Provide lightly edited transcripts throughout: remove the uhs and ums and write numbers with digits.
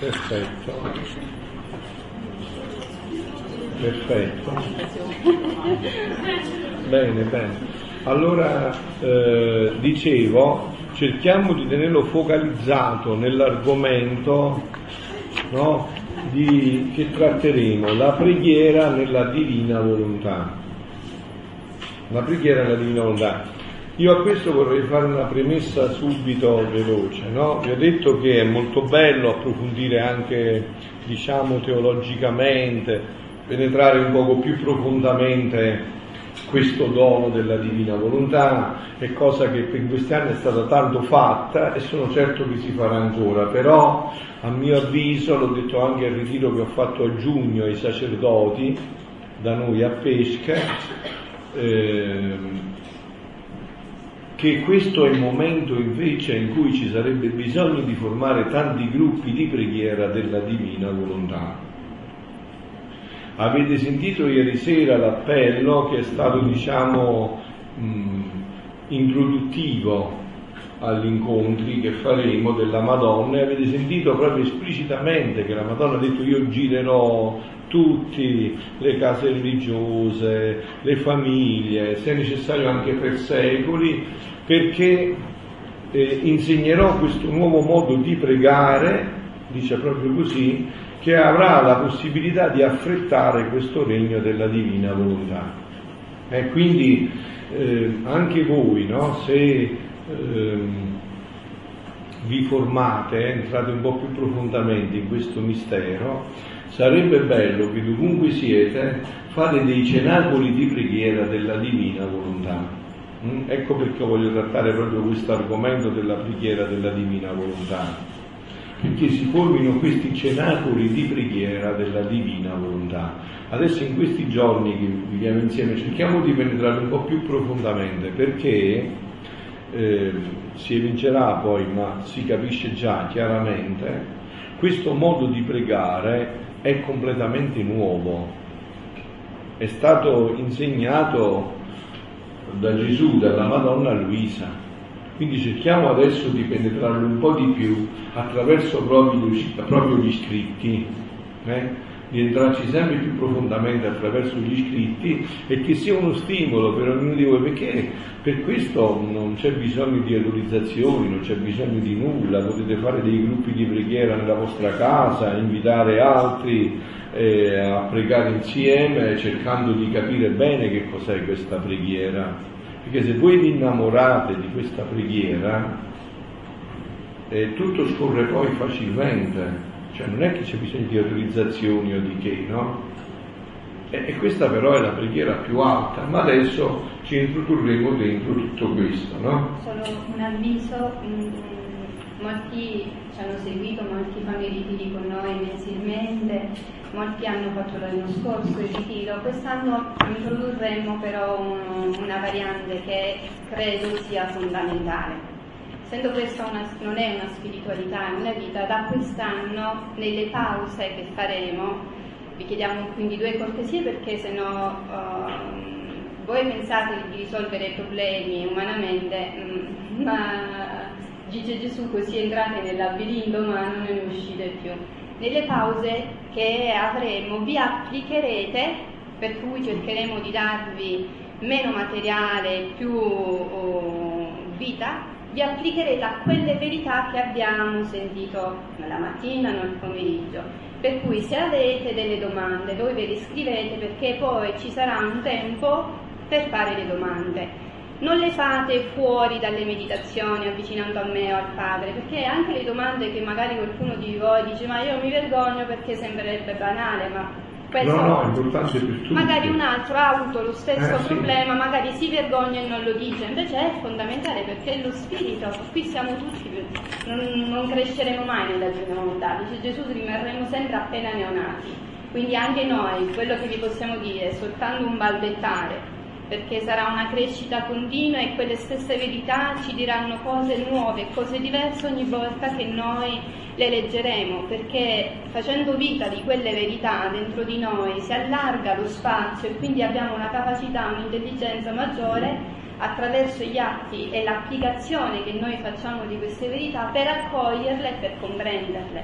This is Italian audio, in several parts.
Perfetto. Bene. Allora, dicevo, cerchiamo di tenerlo focalizzato nell'argomento, no, che tratteremo, la preghiera nella divina volontà. La preghiera nella divina volontà. Io a questo vorrei fare una premessa subito veloce, no? Vi ho detto che è molto bello approfondire anche, diciamo, teologicamente, penetrare un poco più profondamente questo dono della divina volontà, è cosa che in questi anni è stata tanto fatta e sono certo che si farà ancora, però a mio avviso, l'ho detto anche al ritiro che ho fatto a giugno ai sacerdoti da noi a Pesca, che questo è il momento invece in cui ci sarebbe bisogno di formare tanti gruppi di preghiera della divina volontà. Avete sentito ieri sera l'appello che è stato, diciamo, introduttivo agli incontri che faremo della Madonna, e avete sentito proprio esplicitamente che la Madonna ha detto: io girerò tutte le case religiose, le famiglie, se necessario anche per secoli, perché insegnerò questo nuovo modo di pregare, dice proprio così, che avrà la possibilità di affrettare questo regno della divina volontà. Quindi anche voi, no, se vi formate, entrate un po' più profondamente in questo mistero, sarebbe bello che dovunque siete fate dei cenacoli di preghiera della divina volontà. Ecco perché voglio trattare proprio questo argomento della preghiera della divina volontà, perché si formino questi cenacoli di preghiera della divina volontà. Adesso in questi giorni che viviamo insieme cerchiamo di penetrare un po' più profondamente, perché si evincerà poi, ma si capisce già chiaramente, questo modo di pregare è completamente nuovo, è stato insegnato da Gesù, dalla Madonna Luisa. Quindi cerchiamo adesso di penetrarlo un po' di più attraverso proprio gli scritti, di entrarci sempre più profondamente attraverso gli scritti, e che sia uno stimolo per ognuno di voi, perché per questo non c'è bisogno di autorizzazioni, non c'è bisogno di nulla, potete fare dei gruppi di preghiera nella vostra casa, invitare altri a pregare insieme, cercando di capire bene che cos'è questa preghiera, perché se voi vi innamorate di questa preghiera tutto scorre poi facilmente. Cioè non è che c'è bisogno di autorizzazioni o di che, no? E questa però è la preghiera più alta, ma adesso ci introdurremo dentro tutto questo, no? Solo un avviso, molti ci hanno seguito, molti fanno i ritiri con noi mensilmente, molti hanno fatto l'anno scorso il ritiro, quest'anno introdurremo però una variante che credo sia fondamentale. Essendo questa non è una spiritualità, è una vita, da quest'anno nelle pause che faremo vi chiediamo quindi 2 cortesie, perché se no voi pensate di risolvere i problemi umanamente, ma dice Gesù, così entrate nel labirinto ma non ne uscite più. Nelle pause che avremo vi applicherete, per cui cercheremo di darvi meno materiale, più vita, vi applicherete a quelle verità che abbiamo sentito la mattina, nel pomeriggio. Per cui se avete delle domande voi ve le scrivete, perché poi ci sarà un tempo per fare le domande. Non le fate fuori dalle meditazioni, avvicinando a me o al Padre, perché anche le domande che magari qualcuno di voi dice ma io mi vergogno, perché sembrerebbe banale, ma questo, no, è importante per tutti. Magari un altro ha avuto lo stesso problema, magari si vergogna e non lo dice, invece è fondamentale, perché è lo spirito, qui siamo tutti, non cresceremo mai nella divina volontà, dice Gesù, rimarremo sempre appena neonati, quindi anche noi, quello che vi possiamo dire è soltanto un balbettare, perché sarà una crescita continua e quelle stesse verità ci diranno cose nuove, cose diverse ogni volta che noi le leggeremo, perché facendo vita di quelle verità dentro di noi si allarga lo spazio e quindi abbiamo una capacità, un'intelligenza maggiore attraverso gli atti e l'applicazione che noi facciamo di queste verità per accoglierle e per comprenderle.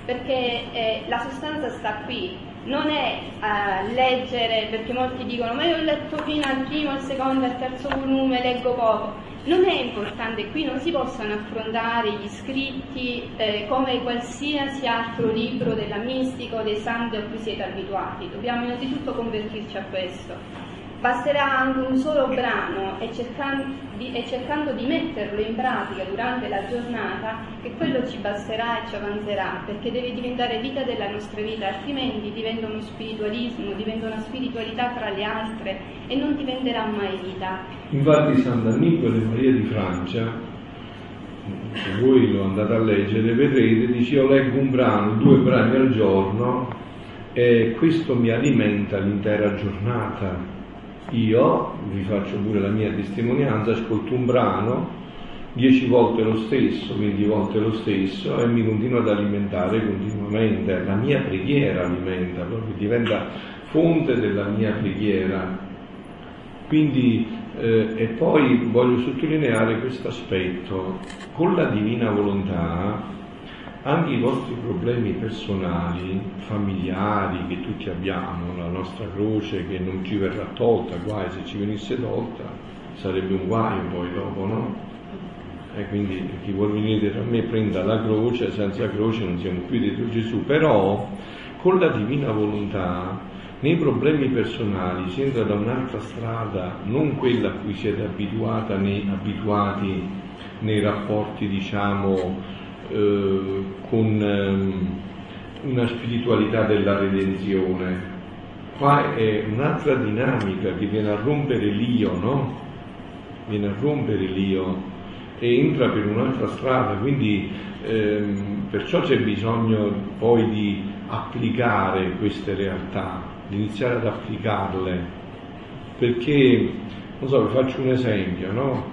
perché la sostanza sta qui, non è leggere, perché molti dicono ma io ho letto fino al primo, al secondo, al terzo volume, leggo poco. Non è importante, qui non si possono affrontare gli scritti come qualsiasi altro libro della mistica o dei santi a cui siete abituati, dobbiamo innanzitutto convertirci a questo. Basterà anche un solo brano e cercando di metterlo in pratica durante la giornata, che quello ci basterà e ci avanzerà, perché deve diventare vita della nostra vita, altrimenti diventa uno spiritualismo, diventa una spiritualità tra le altre e non diventerà mai vita. Infatti Sant'Annibale Maria di Francia, se voi lo andate a leggere, vedrete, dice io leggo un brano, 2 brani al giorno e questo mi alimenta l'intera giornata. Io vi faccio pure la mia testimonianza, ascolto un brano 10 volte lo stesso, 20 volte lo stesso e mi continuo ad alimentare continuamente. La mia preghiera alimenta, proprio diventa fonte della mia preghiera. Quindi e poi voglio sottolineare questo aspetto: con la divina volontà anche i vostri problemi personali, familiari che tutti abbiamo, la nostra croce che non ci verrà tolta, guai se ci venisse tolta, sarebbe un guaio poi dopo, no? E quindi chi vuol venire da me prenda la croce, senza croce non siamo più dietro Gesù. Però con la divina volontà nei problemi personali si entra da un'altra strada, non quella a cui siete abituati nei rapporti, diciamo, con una spiritualità della redenzione. Qua è un'altra dinamica che viene a rompere l'io, no? Viene a rompere l'io e entra per un'altra strada, quindi perciò c'è bisogno poi di applicare queste realtà, di iniziare ad applicarle, perché, non so, vi faccio un esempio, no?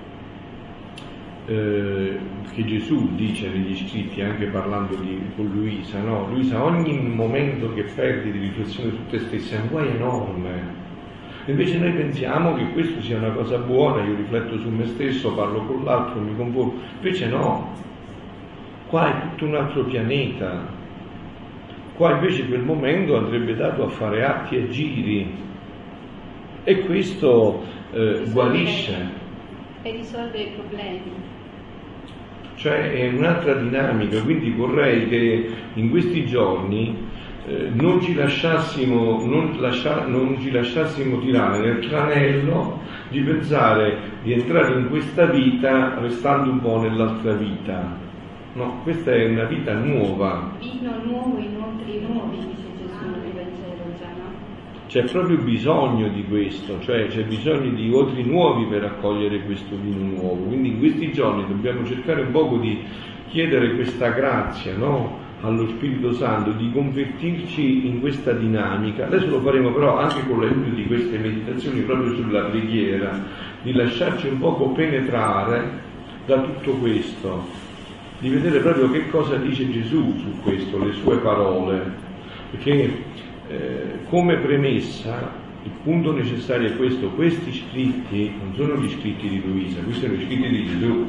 Che Gesù dice negli scritti, anche parlando con Luisa, no? Luisa, ogni momento che perdi di riflessione su te stessa è un guaio enorme. Invece noi pensiamo che questo sia una cosa buona, io rifletto su me stesso, parlo con l'altro, mi conformo. Invece no, qua è tutto un altro pianeta. Qua invece quel momento andrebbe dato a fare atti e giri, e questo guarisce e risolve i problemi. Cioè è un'altra dinamica, quindi vorrei che in questi giorni non ci lasciassimo tirare nel tranello di pensare di entrare in questa vita restando un po' nell'altra vita. No, questa è una vita nuova. Vino nuovo, inoltre nuovi, dice Gesù nel Vangelo già, no? C'è proprio bisogno di questo, cioè c'è bisogno di otri nuovi per accogliere questo vino nuovo. Quindi in questi giorni dobbiamo cercare un poco di chiedere questa grazia, no? Allo Spirito Santo, di convertirci in questa dinamica. Adesso lo faremo però anche con l'aiuto di queste meditazioni proprio sulla preghiera, di lasciarci un poco penetrare da tutto questo, di vedere proprio che cosa dice Gesù su questo, le sue parole, perché come premessa il punto necessario è questo: questi scritti non sono gli scritti di Luisa, questi sono gli scritti di Gesù.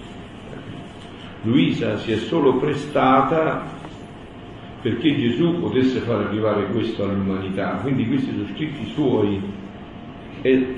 Luisa si è solo prestata perché Gesù potesse far arrivare questo all'umanità, quindi questi sono scritti suoi ed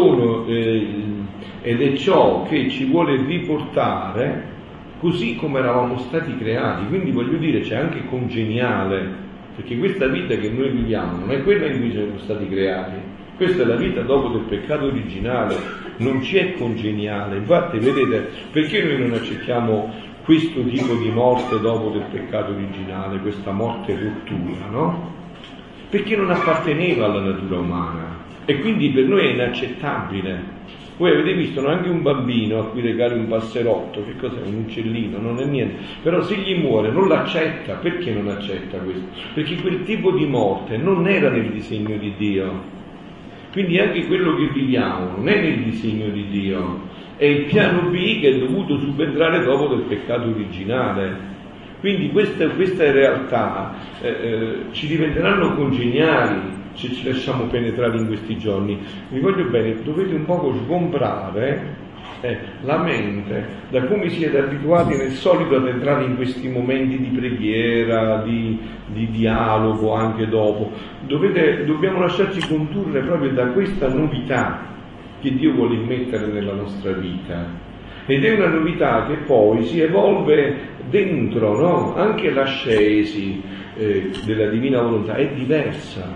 è ciò che ci vuole riportare così come eravamo stati creati. Quindi voglio dire, c'è anche congeniale, perché questa vita che noi viviamo non è quella in cui siamo stati creati, questa è la vita dopo del peccato originale, non ci è congeniale. Infatti vedete, perché noi non accettiamo questo tipo di morte dopo del peccato originale, questa morte rottura, no? Perché non apparteneva alla natura umana e quindi per noi è inaccettabile. Voi avete visto, no? Anche un bambino a cui regali un passerotto, che cos'è? Un uccellino, non è niente, però se gli muore non l'accetta. Perché non accetta questo? Perché quel tipo di morte non era nel disegno di Dio. Quindi anche quello che viviamo non è nel disegno di Dio, è il piano B che è dovuto subentrare dopo del peccato originale. Quindi queste realtà ci diventeranno congeniali se ci lasciamo penetrare in questi giorni. Vi voglio bene, dovete un poco sgombrare La mente, da come siete abituati nel solito ad entrare in questi momenti di preghiera, di dialogo anche dopo, dobbiamo lasciarci condurre proprio da questa novità che Dio vuole immettere nella nostra vita. Ed è una novità che poi si evolve dentro, no? Anche l'ascesi della divina volontà è diversa.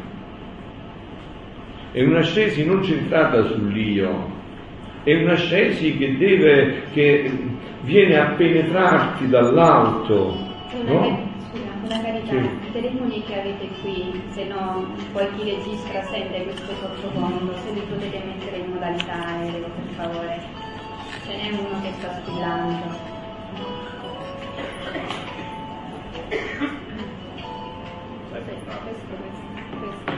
È un'ascesi non centrata sull'io, è un'ascesi che viene a penetrarti dall'alto. Una carità, sì. I telefoni che avete qui, se no poi chi registra sente questo sottofondo, se li potete mettere in modalità aereo per favore. Ce n'è uno che sta squillando. Questo.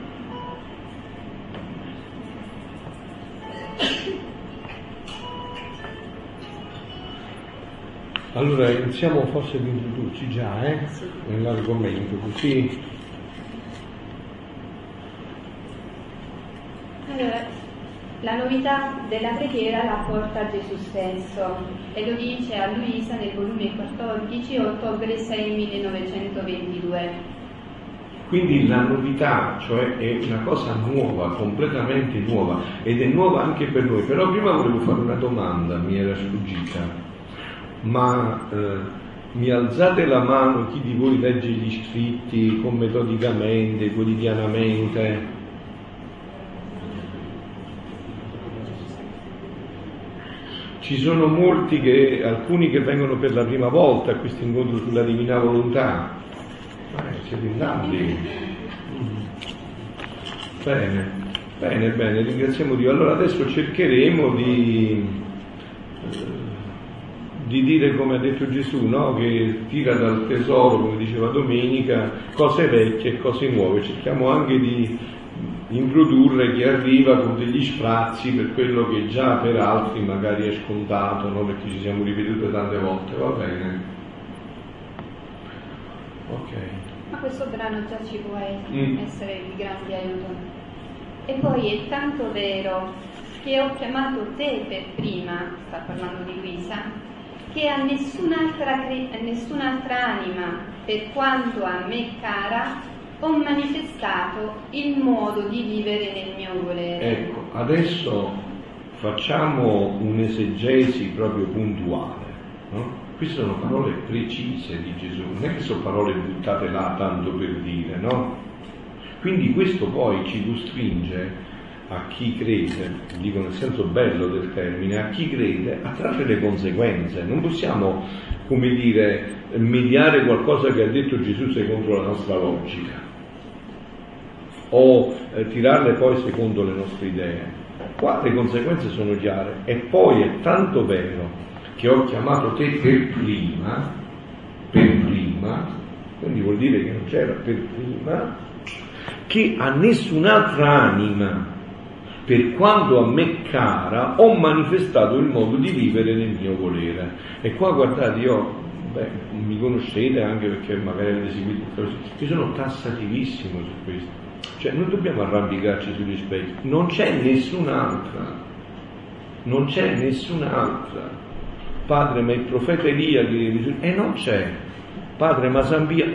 Allora iniziamo forse ad introdurci già sì, nell'argomento, così. Allora, la novità della preghiera la porta Gesù stesso e lo dice a Luisa nel volume 14, ottobre 6 1922. Quindi la novità, cioè è una cosa nuova, completamente nuova, ed è nuova anche per noi. Però prima volevo fare una domanda, mi era sfuggita. Ma mi alzate la mano chi di voi legge gli scritti metodicamente, quotidianamente? Ci sono molti alcuni che vengono per la prima volta a questo incontro sulla divina volontà. Siete in tanti. Bene, ringraziamo Dio. Allora adesso cercheremo di dire, come ha detto Gesù, no? Che tira dal tesoro, come diceva Domenica, cose vecchie e cose nuove. Cerchiamo anche di introdurre chi arriva con degli sprazzi per quello che già per altri magari è scontato, no? Perché ci siamo ripetuti tante volte. Va bene? Ok. Ma questo brano già ci può essere di grande aiuto. E poi è tanto vero che ho chiamato te per prima, sta parlando di Luisa, che a nessun'altra anima, per quanto a me cara, ho manifestato il modo di vivere nel mio volere. Ecco, adesso facciamo un'esegesi proprio puntuale, no? Queste sono parole precise di Gesù, non è che sono parole buttate là tanto per dire, no? Quindi questo poi ci costringe a chi crede, dico nel senso bello del termine, a chi crede a trarre le conseguenze. Non possiamo, come dire, mediare qualcosa che ha detto Gesù secondo la nostra logica o tirarle poi secondo le nostre idee. Qua le conseguenze sono chiare. E poi è tanto vero che ho chiamato te per prima, quindi vuol dire che non c'era per prima, che a nessun'altra anima, per quanto a me cara, ho manifestato il modo di vivere nel mio volere. E qua guardate, mi conoscete anche perché magari avete seguito, io sono tassativissimo su questo. Cioè non dobbiamo arrampicarci sugli specchi, non c'è nessun'altra. Padre, ma il profeta Elia non c'è. Padre, ma San Pio,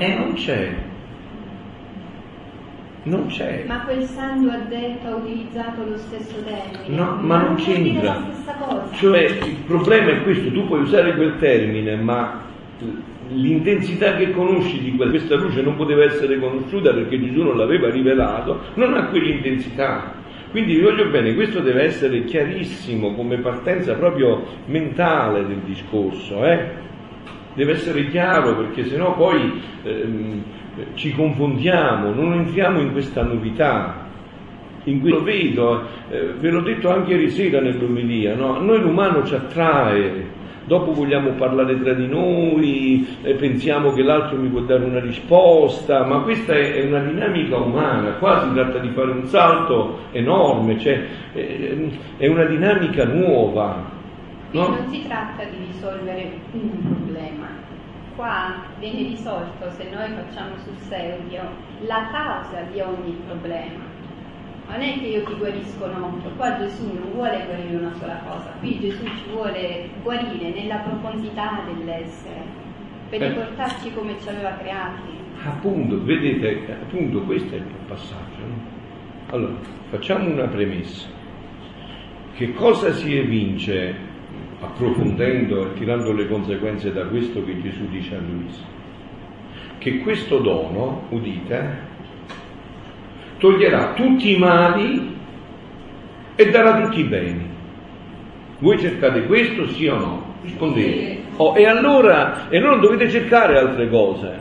non c'è. Ma quel santo addetto ha utilizzato lo stesso termine. No, ma non c'entra. La stessa cosa. Cioè, il problema è questo, tu puoi usare quel termine, ma l'intensità che conosci di questa luce non poteva essere conosciuta perché Gesù non l'aveva rivelato, non ha quell'intensità. Quindi vi voglio bene, questo deve essere chiarissimo come partenza proprio mentale del discorso, Deve essere chiaro, perché sennò poi ci confondiamo, non entriamo in questa novità. In cui lo vedo, ve l'ho detto anche ieri sera nell'omelia, no? A noi l'umano ci attrae, dopo vogliamo parlare tra di noi, pensiamo che l'altro mi può dare una risposta, ma questa è una dinamica umana. Qua si tratta di fare un salto enorme, cioè è una dinamica nuova. No? Non si tratta di risolvere un problema, qua viene risolto, se noi facciamo sul serio, la causa di ogni problema. non è che io ti guarisco noto, qua Gesù non vuole guarire una sola cosa, qui Gesù ci vuole guarire nella profondità dell'essere, per riportarci come ci aveva creati. Appunto, vedete, appunto questo è il passaggio, no? Allora, facciamo una premessa. Che cosa si evince approfondendo e tirando le conseguenze da questo che Gesù dice a Luisa? Che questo dono, udite, toglierà tutti i mali e darà tutti i beni. Voi cercate questo, sì o no? Rispondete. E allora non dovete cercare altre cose.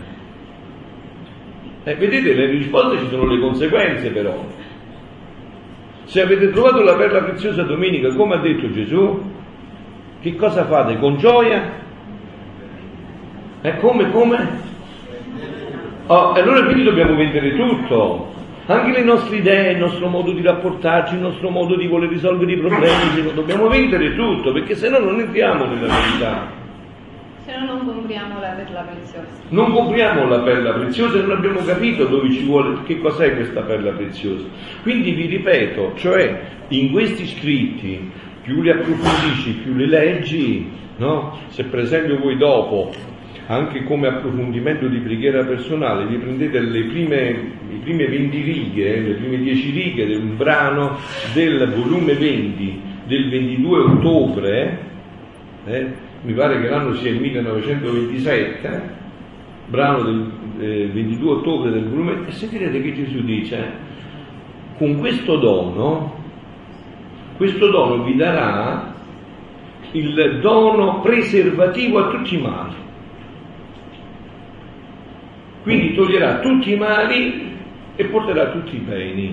Vedete, le risposte ci sono le conseguenze però. Se avete trovato la perla preziosa domenica, come ha detto Gesù, che cosa fate? Con gioia? Come? Allora quindi dobbiamo vendere tutto. Anche le nostre idee, il nostro modo di rapportarci, il nostro modo di voler risolvere i problemi, dobbiamo vendere tutto, perché se no non entriamo nella verità. Se no non compriamo la perla preziosa. Non compriamo la perla preziosa e non abbiamo capito dove ci vuole, che cos'è questa perla preziosa. Quindi vi ripeto, cioè in questi scritti, più li approfondisci, più li leggi, no? Se per esempio voi dopo, anche come approfondimento di preghiera personale, vi prendete le prime 20 righe, le prime 10 righe di un brano del volume 20 del 22 ottobre, mi pare che l'anno sia il 1927, brano del 22 ottobre del volume, e sentirete che Gesù dice: con questo dono vi darà il dono preservativo a tutti i mali. Quindi toglierà tutti i mali e porterà tutti i beni.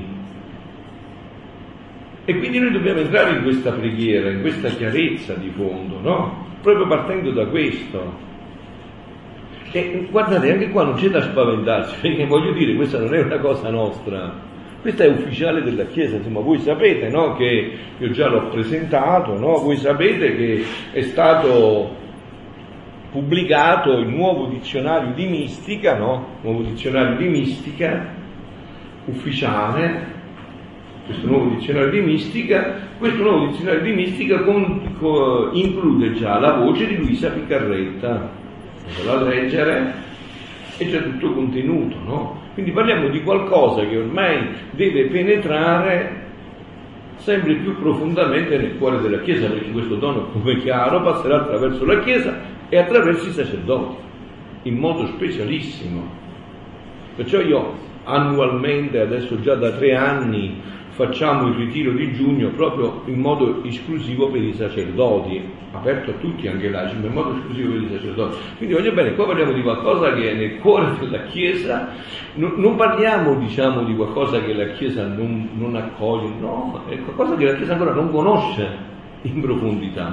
E quindi noi dobbiamo entrare in questa preghiera, in questa chiarezza di fondo, no? Proprio partendo da questo. E guardate, anche qua non c'è da spaventarsi, perché voglio dire, questa non è una cosa nostra, questa è ufficiale della Chiesa. Insomma, voi sapete, no? Che io già l'ho presentato, no? Voi sapete che è stato pubblicato il nuovo dizionario di mistica, no? Nuovo dizionario di mistica ufficiale. Questo nuovo dizionario di mistica include già la voce di Luisa Piccarretta, da leggere, e c'è tutto contenuto, no? Quindi parliamo di qualcosa che ormai deve penetrare sempre più profondamente nel cuore della Chiesa, perché questo dono, come è chiaro, passerà attraverso la Chiesa e attraverso i sacerdoti, in modo specialissimo. Perciò io annualmente, adesso già da 3 anni, facciamo il ritiro di giugno proprio in modo esclusivo per i sacerdoti, aperto a tutti, anche laici, ma in modo esclusivo per i sacerdoti. Quindi voglio bene, qua parliamo di qualcosa che è nel cuore della Chiesa, non parliamo, diciamo, di qualcosa che la Chiesa non accoglie, no, è qualcosa che la Chiesa ancora non conosce in profondità,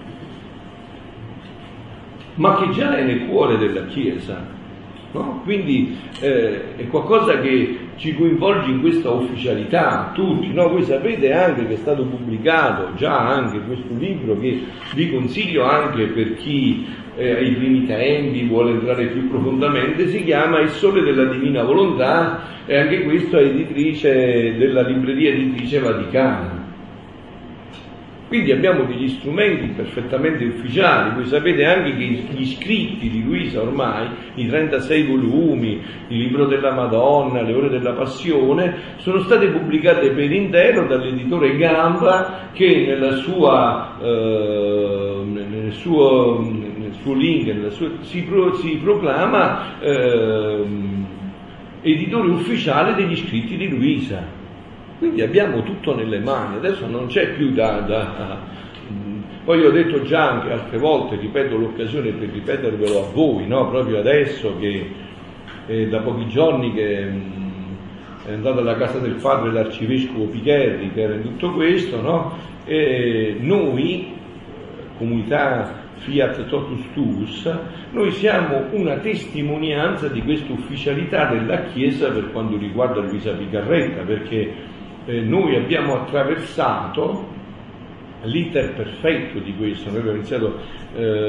ma che già è nel cuore della Chiesa. No? Quindi è qualcosa che ci coinvolge in questa ufficialità tutti, no? Voi sapete anche che è stato pubblicato già anche questo libro, che vi consiglio anche per chi ai primi tempi vuole entrare più profondamente, si chiama Il Sole della Divina Volontà, e anche questo è editrice della Libreria Editrice Vaticana. Quindi abbiamo degli strumenti perfettamente ufficiali. Voi sapete anche che gli scritti di Luisa ormai, i 36 volumi, il libro della Madonna, le ore della Passione, sono state pubblicate per intero dall'editore Gamba, che nel suo link si proclama editore ufficiale degli scritti di Luisa. Quindi abbiamo tutto nelle mani, adesso non c'è più Poi ho detto già anche altre volte, ripeto l'occasione per ripetervelo a voi, no? Proprio adesso che da pochi giorni che è andato alla casa del padre l'arcivescovo Picherri, che era in tutto questo, no? E noi, comunità Fiat Totus Tuus, noi siamo una testimonianza di questa ufficialità della Chiesa per quanto riguarda Luisa Piccarretta, perché noi abbiamo attraversato l'iter perfetto di questo. Noi abbiamo iniziato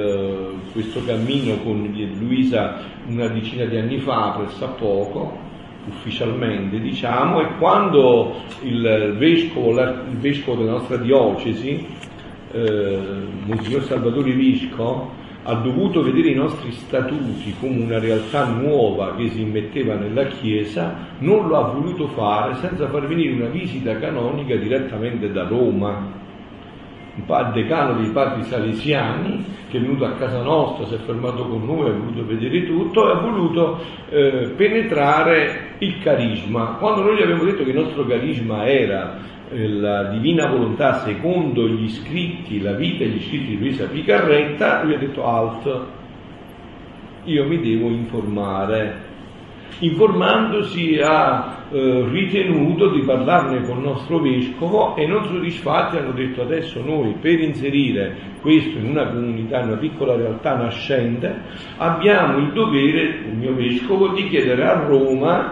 questo cammino con Luisa una decina di anni fa, pressappoco, ufficialmente, diciamo, è quando il vescovo della nostra diocesi, Monsignor Salvatore Visco, ha dovuto vedere i nostri statuti come una realtà nuova che si immetteva nella Chiesa, non lo ha voluto fare senza far venire una visita canonica direttamente da Roma. Il decano dei padri salesiani, che è venuto a casa nostra, si è fermato con noi, ha voluto vedere tutto e ha voluto penetrare il carisma. Quando noi gli abbiamo detto che il nostro carisma era la divina volontà secondo gli scritti, la vita e gli scritti di Luisa Picarretta, lui ha detto alt, io mi devo informare. Informandosi ha ritenuto di parlarne col nostro vescovo e non soddisfatti hanno detto adesso noi per inserire questo in una comunità, in una piccola realtà nascente, abbiamo il dovere, il mio vescovo, di chiedere a Roma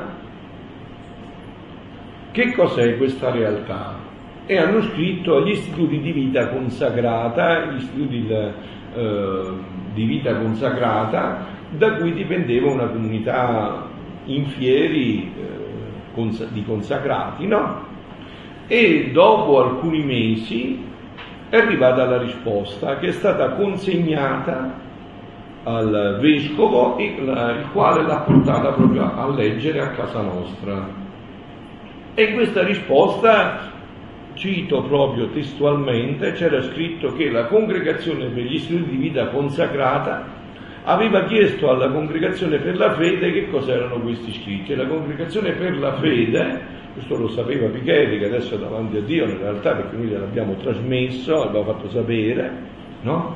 che cos'è questa realtà, e hanno scritto agli istituti di vita consacrata, gli istituti di vita consacrata da cui dipendeva una comunità in fieri di consacrati, no? E dopo alcuni mesi è arrivata la risposta che è stata consegnata al vescovo, il quale l'ha portata proprio a leggere a casa nostra. E in questa risposta, cito proprio testualmente, c'era scritto che la Congregazione per gli Istituti di Vita Consacrata aveva chiesto alla Congregazione per la Fede che cos'erano questi scritti. E la Congregazione per la Fede, questo lo sapeva Pichelli, che adesso è davanti a Dio in realtà, perché noi gliel'abbiamo trasmesso, l'abbiamo fatto sapere, no?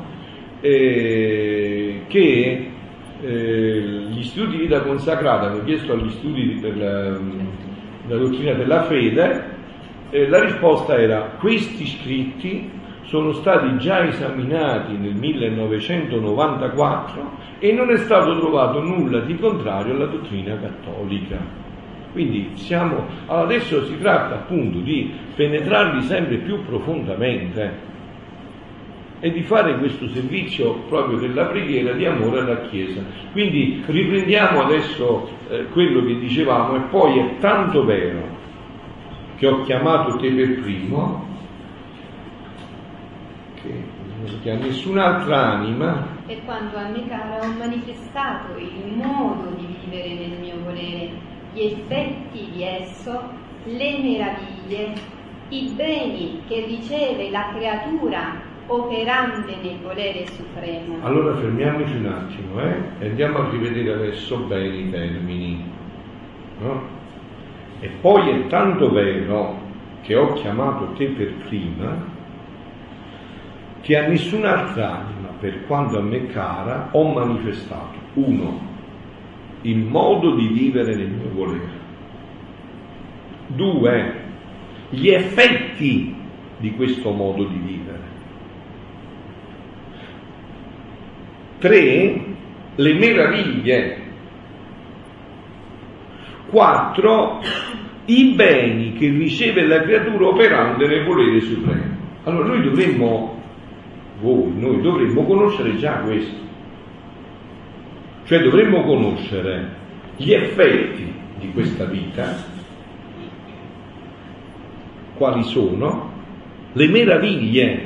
Che gli Istituti di Vita Consacrata hanno chiesto agli Istituti per la dottrina della fede, la risposta era: questi scritti sono stati già esaminati nel 1994 e non è stato trovato nulla di contrario alla dottrina cattolica. Quindi adesso si tratta appunto di penetrarli sempre più profondamente e di fare questo servizio proprio della preghiera di amore alla Chiesa. Quindi riprendiamo adesso quello che dicevamo, e poi è tanto vero che ho chiamato te per primo, che a nessun'altra anima, e quando a me cara ho manifestato il modo di vivere nel mio volere, gli effetti di esso, le meraviglie, i beni che riceve la creatura operante nel volere supremo. Allora fermiamoci un attimo e andiamo a rivedere adesso bene i termini, no? E poi è tanto vero che ho chiamato te per prima, che a nessun'altra anima, per quanto a me cara, ho manifestato: 1. il modo di vivere nel mio volere; 2. gli effetti di questo modo di vivere; 3. le meraviglie; 4. i beni che riceve la creatura operante nel volere supremo. Allora noi dovremmo conoscere già questo, cioè dovremmo conoscere gli effetti di questa vita, quali sono, le meraviglie,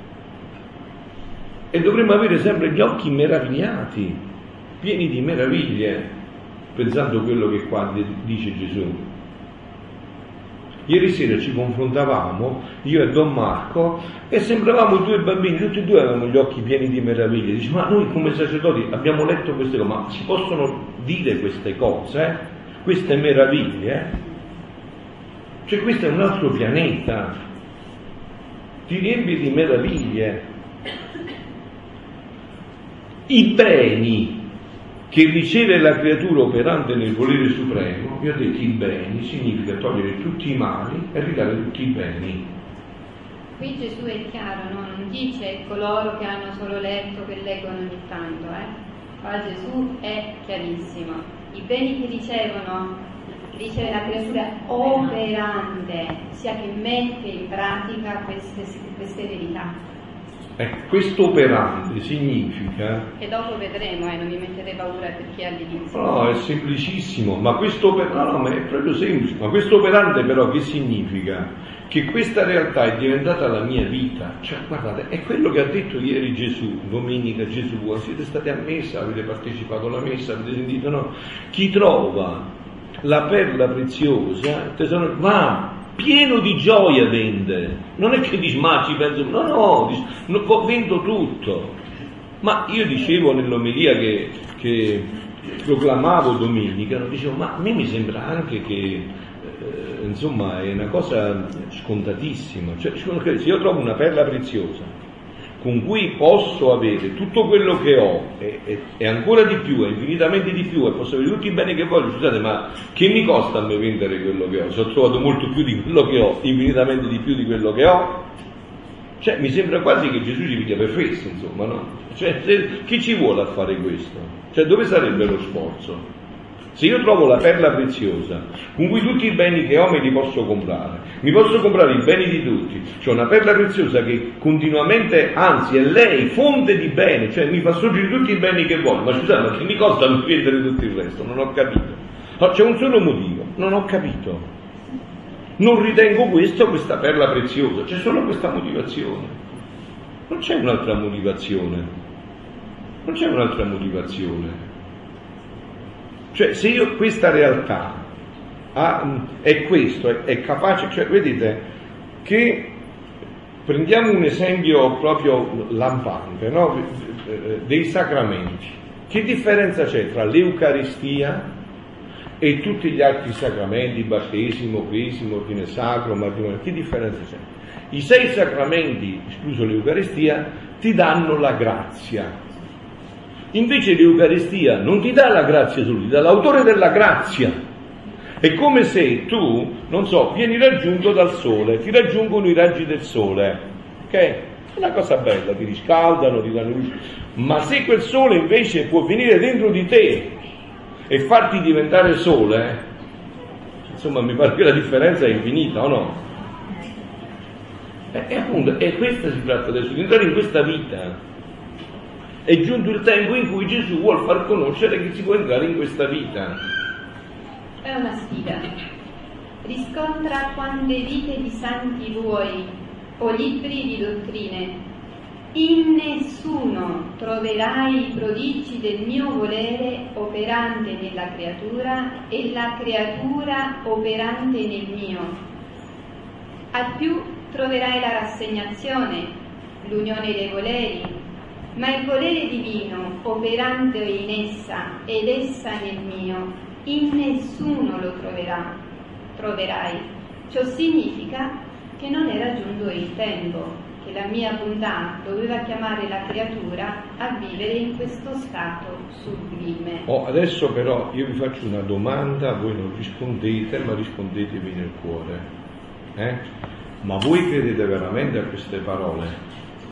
e dovremmo avere sempre gli occhi meravigliati, pieni di meraviglie, pensando a quello che qua dice Gesù. Ieri sera ci confrontavamo, io e Don Marco, e sembravamo due bambini, tutti e due avevano gli occhi pieni di meraviglie. Dice: ma noi come sacerdoti abbiamo letto queste cose, ma si possono dire queste cose, queste meraviglie? Cioè questo è un altro pianeta, ti riempi di meraviglie. I beni che riceve la creatura operante nel volere supremo, io ho detto i beni, significa togliere tutti i mali e ridare tutti i beni. Qui Gesù è chiaro, no? Non dice coloro che hanno solo letto, che leggono ogni tanto, Qua Gesù è chiarissimo. I beni che riceve la creatura operante, sia che mette in pratica queste verità. Questo operante significa... E dopo vedremo, non mi mettete paura perché all'inizio... No, è semplicissimo, ma questo ma è proprio semplice. Ma questo operante però che significa? Che questa realtà è diventata la mia vita. Cioè, guardate, è quello che ha detto ieri Gesù, domenica Gesù, siete stati a messa, avete partecipato alla messa, avete sentito, no? Chi trova la perla preziosa, il tesoro, va pieno di gioia vende, non è che dici ma ci penso, no, vendo tutto. Ma io dicevo nell'omelia che proclamavo domenica, dicevo ma a me mi sembra anche che insomma è una cosa scontatissima, cioè se io trovo una perla preziosa con cui posso avere tutto quello che ho e ancora di più, e infinitamente di più, e posso avere tutti i beni che voglio, scusate, ma che mi costa a me vendere quello che ho? Se ho trovato molto più di quello che ho, infinitamente di più di quello che ho, cioè mi sembra quasi che Gesù ci piglia per fesso, insomma, no? Cioè, chi ci vuole a fare questo? Cioè, dove sarebbe lo sforzo? Se io trovo la perla preziosa, con cui tutti i beni che ho me li posso comprare, mi posso comprare i beni di tutti, cioè una perla preziosa che continuamente, anzi è lei fonte di bene, cioè mi fa sorgere tutti i beni che voglio, ma scusate, ma che mi costa vendere tutto il resto? Non ho capito. No, c'è un solo motivo, non ho capito. Non ritengo questa perla preziosa, c'è solo questa motivazione. Non c'è un'altra motivazione. Non c'è un'altra motivazione. Cioè, se io questa realtà è questo, è capace, cioè vedete che prendiamo un esempio proprio lampante, no? Dei sacramenti. Che differenza c'è tra l'Eucaristia e tutti gli altri sacramenti, battesimo, cresimo, ordine sacro, matrimonio? Che differenza c'è? I 6 sacramenti, escluso l'Eucaristia, ti danno la grazia. Invece l'Eucaristia non ti dà la grazia solo, ti dà l'autore della grazia. È come se tu, non so, vieni raggiunto dal sole, ti raggiungono i raggi del sole, ok? È una cosa bella, ti riscaldano, ti danno luce. Ma se quel sole invece può venire dentro di te e farti diventare sole, insomma mi pare che la differenza è infinita, o no? E appunto, e questa si tratta adesso, di entrare in questa vita. È giunto il tempo in cui Gesù vuol far conoscere che si può entrare in questa vita. È una sfida. Riscontra quante vite di santi vuoi o libri di dottrine. In nessuno troverai i prodigi del mio volere operante nella creatura e la creatura operante nel mio. Al più troverai la rassegnazione, l'unione dei voleri, ma il volere divino operante in essa ed essa nel mio, in nessuno lo troverai. Ciò significa che non era giunto il tempo, che la mia bontà doveva chiamare la creatura a vivere in questo stato sublime. Adesso però io vi faccio una domanda, voi non rispondete, ma rispondetevi nel cuore. Ma voi credete veramente a queste parole?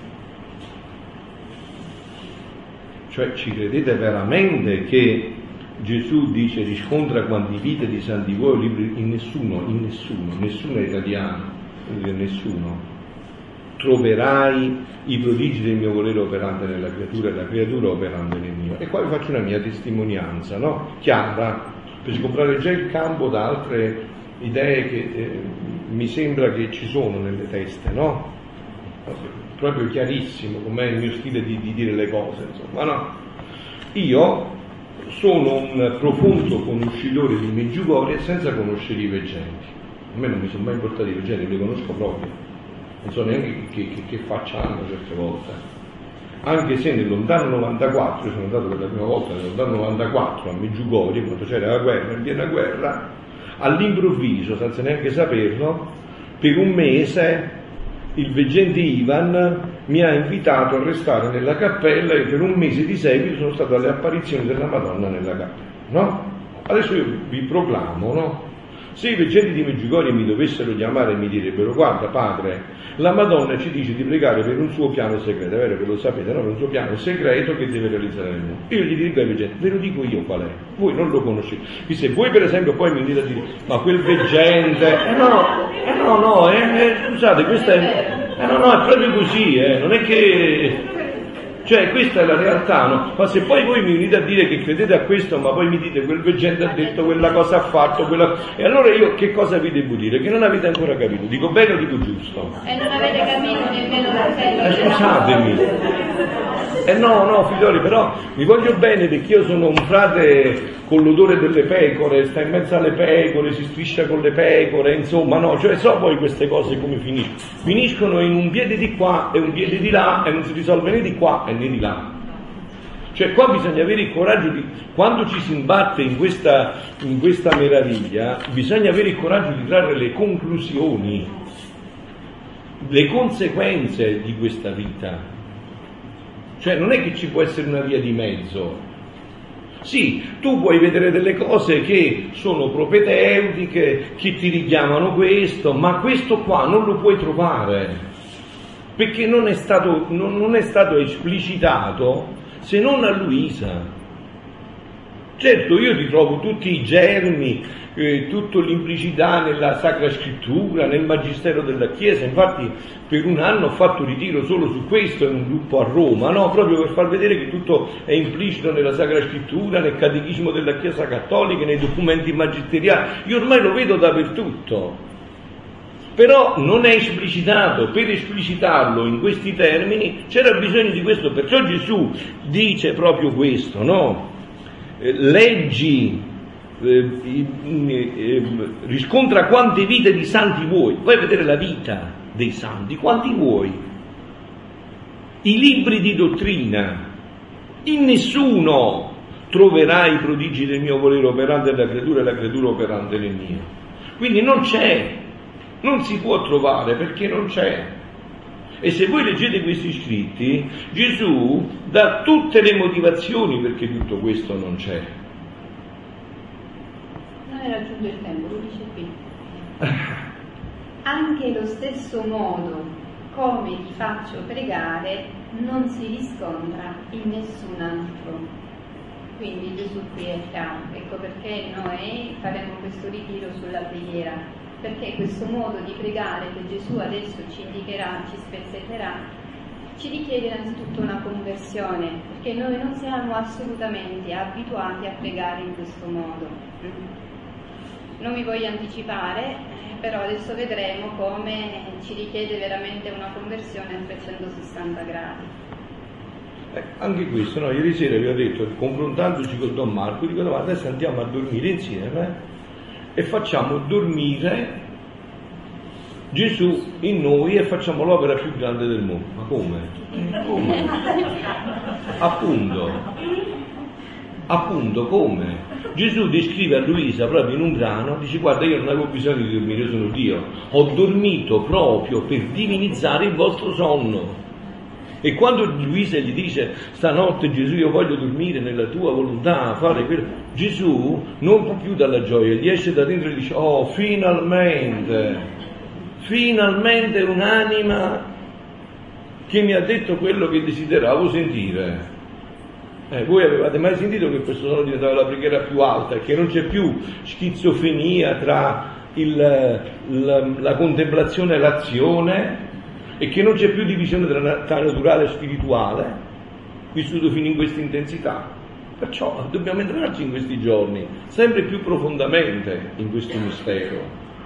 Cioè ci credete veramente che Gesù dice riscontra quanti vite di santi vuoi libri? In nessuno è italiano, nessuno troverai i prodigi del mio volere operante nella creatura e la creatura operante nel mio. E qua vi faccio una mia testimonianza, no? Chiara, per sgombrare già il campo da altre idee che mi sembra che ci sono nelle teste, no? Proprio chiarissimo com'è il mio stile di dire le cose, insomma, no? Io sono un profondo conoscitore di Medjugorje senza conoscere i veggenti. A me non mi sono mai portati i veggenti, non li conosco proprio, non so neanche che faccia hanno certe volte. Anche se nel lontano 94, io sono andato per la prima volta nel lontano 94 a Medjugorje, quando c'era la guerra, in piena guerra, all'improvviso, senza neanche saperlo, per un mese il veggente Ivan mi ha invitato a restare nella cappella e per un mese di seguito sono stato alle apparizioni della Madonna nella cappella, no? Adesso io vi proclamo, no? Se i veggenti di Medjugorje mi dovessero chiamare e mi direbbero guarda padre, la Madonna ci dice di pregare per un suo piano segreto, è vero che lo sapete, no? Per un suo piano segreto che deve realizzare nel mondo. Io gli dico ai veggenti, ve lo dico io qual è, voi non lo conoscete. Se voi per esempio poi mi dite a dire, ma quel veggente, scusate, questa è No, è proprio così, non è che... Cioè, questa è la realtà, no? Ma se poi voi mi venite a dire che credete a questo, ma poi mi dite quel veggente ha detto, quella cosa ha fatto, quella... E allora io che cosa vi devo dire? Che non avete ancora capito. Dico bene o dico giusto? E non avete capito nemmeno la fede. Scusatemi. No, figlioli, però vi voglio bene perché io sono un frate con l'odore delle pecore, sta in mezzo alle pecore, si striscia con le pecore, insomma, no, cioè so poi queste cose come finiscono. Finiscono in un piede di qua e un piede di là e non si risolve né di qua né di là. Cioè qua bisogna avere il coraggio di, quando ci si imbatte in questa meraviglia, bisogna avere il coraggio di trarre le conclusioni, le conseguenze di questa vita. Cioè non è che ci può essere una via di mezzo. Sì, tu puoi vedere delle cose che sono propedeutiche, che ti richiamano questo, ma questo qua non lo puoi trovare, perché non è stato esplicitato se non a Luisa. Certo, io ritrovo tutti i germi, tutta l'implicità nella Sacra Scrittura, nel Magistero della Chiesa. Infatti per un anno ho fatto ritiro solo su questo in un gruppo a Roma, no? Proprio per far vedere che tutto è implicito nella Sacra Scrittura, nel Catechismo della Chiesa Cattolica, nei documenti magisteriali. Io ormai lo vedo dappertutto. Però non è esplicitato. Per esplicitarlo in questi termini c'era bisogno di questo, perciò Gesù dice proprio questo, no? Leggi, riscontra quante vite di santi vuoi, vai a vedere la vita dei santi, quanti vuoi, i libri di dottrina, in nessuno troverai i prodigi del mio volere operante nella creatura e la creatura operante nel mio. Quindi non c'è, non si può trovare perché non c'è. E se voi leggete questi scritti, Gesù dà tutte le motivazioni perché tutto questo non c'è. Non è raggiunto il tempo, lo dice qui. Anche lo stesso modo come ti faccio pregare non si riscontra in nessun altro. Quindi Gesù qui è chiaro. Ecco perché noi faremo questo ritiro sulla preghiera. Perché questo modo di pregare che Gesù adesso ci indicherà, ci spezzetterà, ci richiede innanzitutto una conversione, perché noi non siamo assolutamente abituati a pregare in questo modo. Non mi voglio anticipare, però adesso vedremo come ci richiede veramente una conversione a 360 gradi. Anche questo, no? Ieri sera vi ho detto, confrontandoci con Don Marco, dico no, adesso andiamo a dormire insieme e facciamo dormire Gesù in noi e facciamo l'opera più grande del mondo. Ma come? Come? Appunto, come? Gesù descrive a Luisa proprio in un brano, dice guarda io non avevo bisogno di dormire, io sono Dio, ho dormito proprio per divinizzare il vostro sonno. E quando Luisa gli dice stanotte Gesù io voglio dormire nella tua volontà, fare quello, Gesù non può più dalla gioia, gli esce da dentro e dice oh finalmente un'anima che mi ha detto quello che desideravo sentire. Voi avevate mai sentito che questo sono diventato la preghiera più alta e che non c'è più schizofrenia tra la contemplazione e l'azione? E che non c'è più divisione tra naturale e spirituale, vissuto fino in questa intensità. Perciò dobbiamo entrarci in questi giorni, sempre più profondamente in questo mistero.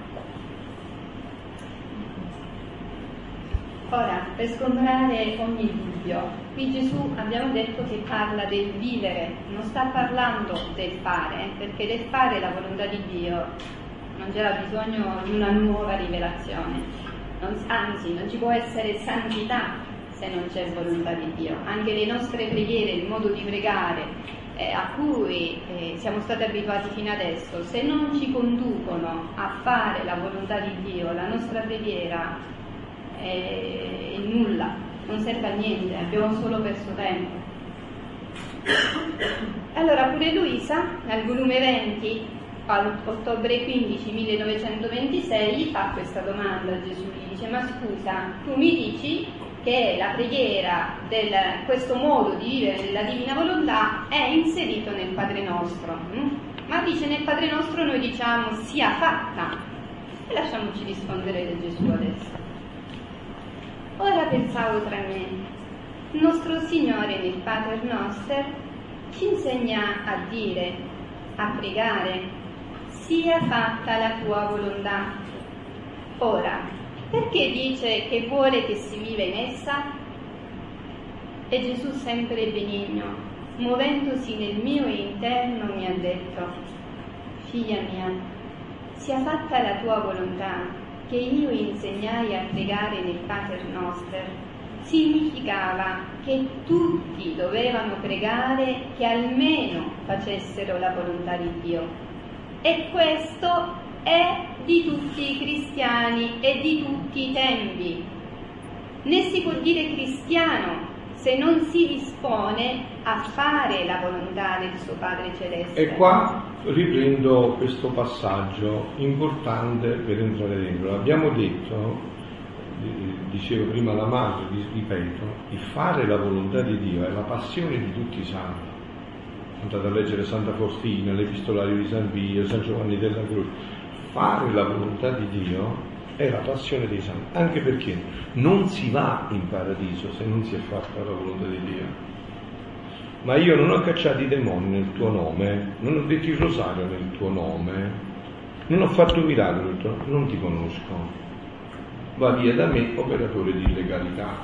Ora, per sgombrare ogni dubbio, qui Gesù abbiamo detto che parla del vivere, non sta parlando del fare, perché del fare la volontà di Dio non c'era bisogno di una nuova rivelazione. Anzi, non ci può essere santità se non c'è volontà di Dio. Anche le nostre preghiere, il modo di pregare a cui siamo stati abituati fino adesso, se non ci conducono a fare la volontà di Dio, la nostra preghiera è nulla, non serve a niente, abbiamo solo perso tempo. Allora pure Luisa, al volume 20, ottobre 15 1926, gli fa questa domanda a Gesù, gli dice ma scusa, tu mi dici che la preghiera questo modo di vivere della divina volontà è inserito nel Padre Nostro, ma dice nel Padre Nostro noi diciamo sia fatta, e lasciamoci rispondere da Gesù adesso. Ora pensavo tra me, nostro Signore nel Pater Noster ci insegna a dire, a pregare, sia fatta la tua volontà. Ora, perché dice che vuole che si viva in essa? E Gesù, sempre benigno, muovendosi nel mio interno, mi ha detto: figlia mia, sia fatta la tua volontà, che io insegnai a pregare nel Pater Noster, significava che tutti dovevano pregare che almeno facessero la volontà di Dio. E questo è di tutti i cristiani e di tutti i tempi. Né si può dire cristiano se non si dispone a fare la volontà del suo Padre Celeste. E qua riprendo questo passaggio importante per entrare dentro. Abbiamo detto, dicevo prima la madre, ripeto, di fare la volontà di Dio è la passione di tutti i santi. Andate a leggere Santa Faustina, l'Epistolario di San Pio, San Giovanni della Croce. Fare la volontà di Dio è la passione dei santi, anche perché non si va in paradiso se non si è fatta la volontà di Dio. Ma io non ho cacciato i demoni nel tuo nome, non ho detto il rosario nel tuo nome, non ho fatto un miracolo nel tuo nome, non ti conosco. Va via da me, operatore di illegalità.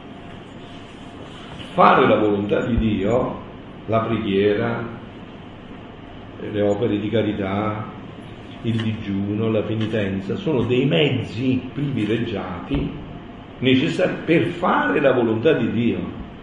Fare la volontà di Dio, la preghiera, le opere di carità, il digiuno, la penitenza, sono dei mezzi privilegiati necessari per fare la volontà di Dio.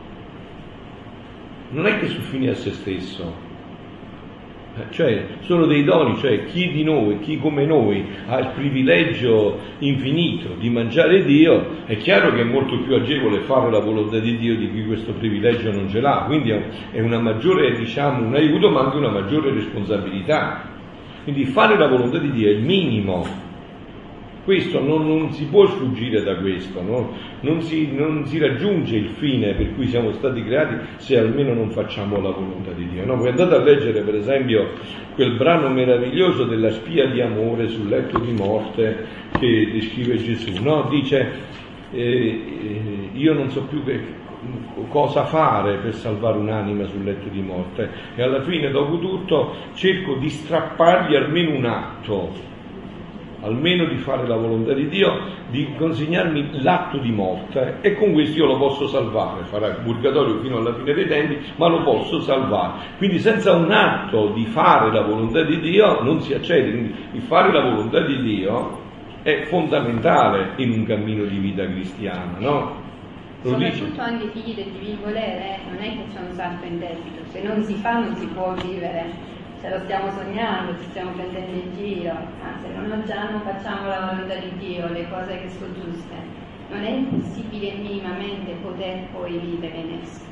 Non è che su fine a se stesso, cioè sono dei doni, cioè chi di noi, chi come noi ha il privilegio infinito di mangiare Dio, è chiaro che è molto più agevole fare la volontà di Dio di chi questo privilegio non ce l'ha, quindi è una maggiore, diciamo, un aiuto ma anche una maggiore responsabilità. Quindi fare la volontà di Dio è il minimo. Questo non si può sfuggire da questo, no? Non si raggiunge il fine per cui siamo stati creati se almeno non facciamo la volontà di Dio. No? Voi andate a leggere per esempio quel brano meraviglioso della spia di amore sul letto di morte che descrive Gesù, no? Dice io non so più cosa fare per salvare un'anima sul letto di morte e alla fine, dopo tutto, cerco di strappargli almeno un atto, almeno di fare la volontà di Dio, di consegnarmi l'atto di morte, e con questo io lo posso salvare. Farà il purgatorio fino alla fine dei tempi, ma lo posso salvare. Quindi senza un atto di fare la volontà di Dio non si accede. Quindi il fare la volontà di Dio è fondamentale in un cammino di vita cristiana, no? Soprattutto anche i figli del divin volere, non è che c'è un salto in debito, se non si fa non si può vivere, se lo stiamo sognando, ci stiamo prendendo in giro, se non facciamo la volontà di Dio, le cose che sono giuste, non è possibile minimamente poter poi vivere in esso.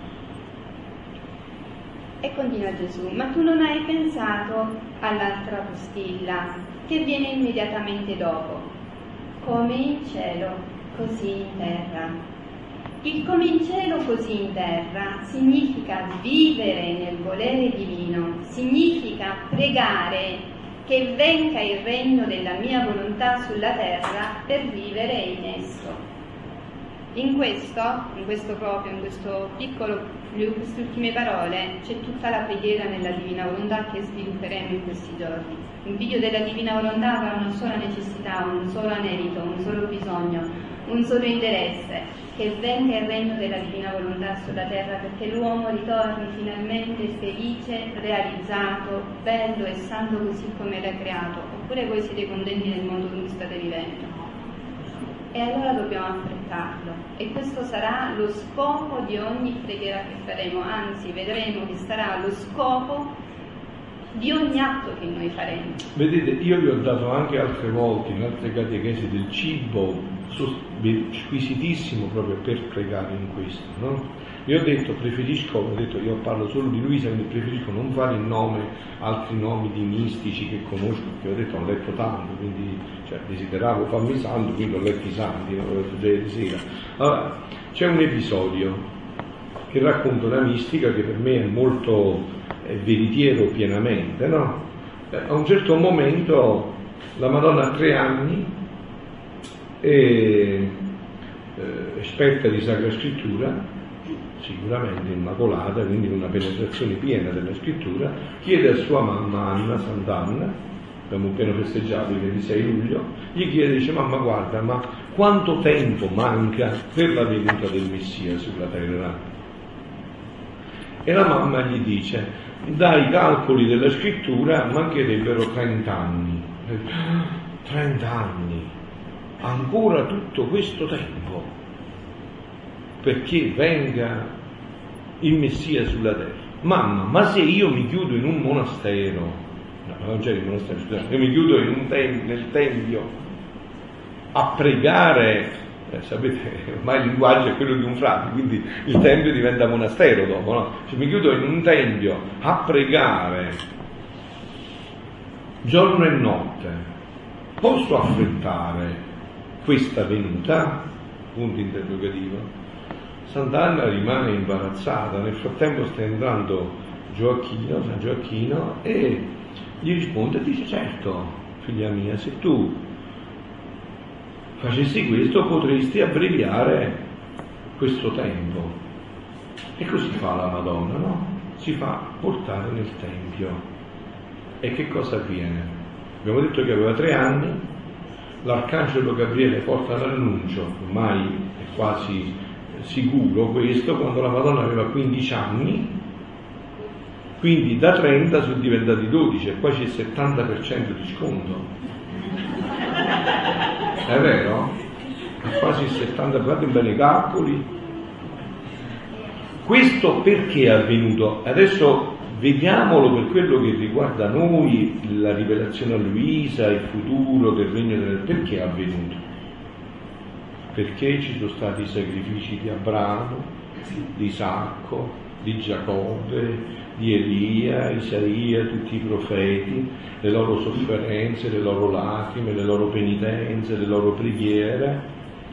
E continua Gesù: ma tu non hai pensato all'altra postilla che viene immediatamente dopo, come in cielo, così in terra. Il come in cielo così in terra significa vivere nel volere divino, significa pregare che venga il regno della mia volontà sulla terra per vivere in esso. In questo piccolo, queste ultime parole, c'è tutta la preghiera nella Divina Volontà che svilupperemo in questi giorni. Il figlio della Divina Volontà avrà una sola necessità, un solo anelito, un solo bisogno, un solo interesse, che venga il regno della Divina Volontà sulla terra perché l'uomo ritorni finalmente felice, realizzato, bello e santo così come l'ha creato. Oppure voi siete contenti del mondo in cui state vivendo? E allora dobbiamo affrettarlo, e questo sarà lo scopo di ogni preghiera che faremo, anzi vedremo che sarà lo scopo di ogni atto che noi faremo. Vedete, io vi ho dato anche altre volte in altre catechesi del cibo squisitissimo proprio per pregare in questo, no? Io ho detto, io parlo solo di Luisa, quindi preferisco non fare il nome, altri nomi di mistici che conosco, perché ho detto, ho letto tanto, quindi desideravo farmi santo, quindi ho letto i santi, ho letto già ieri sera. Allora, c'è un episodio che racconta una mistica che per me è molto veritiero pienamente, no? A un certo momento la Madonna ha 3 anni e esperta di Sacra Scrittura, sicuramente immacolata, quindi una penetrazione piena della Scrittura, chiede a sua mamma Anna, Sant'Anna, abbiamo appena festeggiato il 26 luglio, gli chiede, dice: mamma, guarda, ma quanto tempo manca per la venuta del Messia sulla terra? E la mamma gli dice: dai calcoli della Scrittura mancherebbero 30 anni. 30 anni, ancora tutto questo tempo perché venga il Messia sulla terra. Mamma, ma se io mi chiudo in un monastero, no, non c'è il monastero, scusate, io mi chiudo nel tempio a pregare, sapete, ormai il linguaggio è quello di un frate, quindi il tempio diventa monastero dopo, no? Cioè, mi chiudo in un tempio a pregare giorno e notte, posso affrettare questa venuta? Punto interrogativo. Sant'Anna rimane imbarazzata, nel frattempo sta entrando San Gioacchino, e gli risponde e dice: certo, figlia mia, se tu facessi questo potresti abbreviare questo tempo. E così fa la Madonna, no? Si fa portare nel Tempio. E che cosa avviene? Abbiamo detto che aveva 3 anni, l'Arcangelo Gabriele porta l'annuncio, ormai è quasi sicuro questo, quando la Madonna aveva 15 anni, quindi da 30 sono diventati 12 e qua c'è il 70% di sconto. È vero? È quasi il 70%, fate bene i calcoli. Questo perché è avvenuto? Adesso vediamolo per quello che riguarda noi, la rivelazione a Luisa, il futuro del regno del... Perché è avvenuto? Perché ci sono stati i sacrifici di Abramo, di Isacco, di Giacobbe, di Elia, Isaia, tutti i profeti, le loro sofferenze, le loro lacrime, le loro penitenze, le loro preghiere.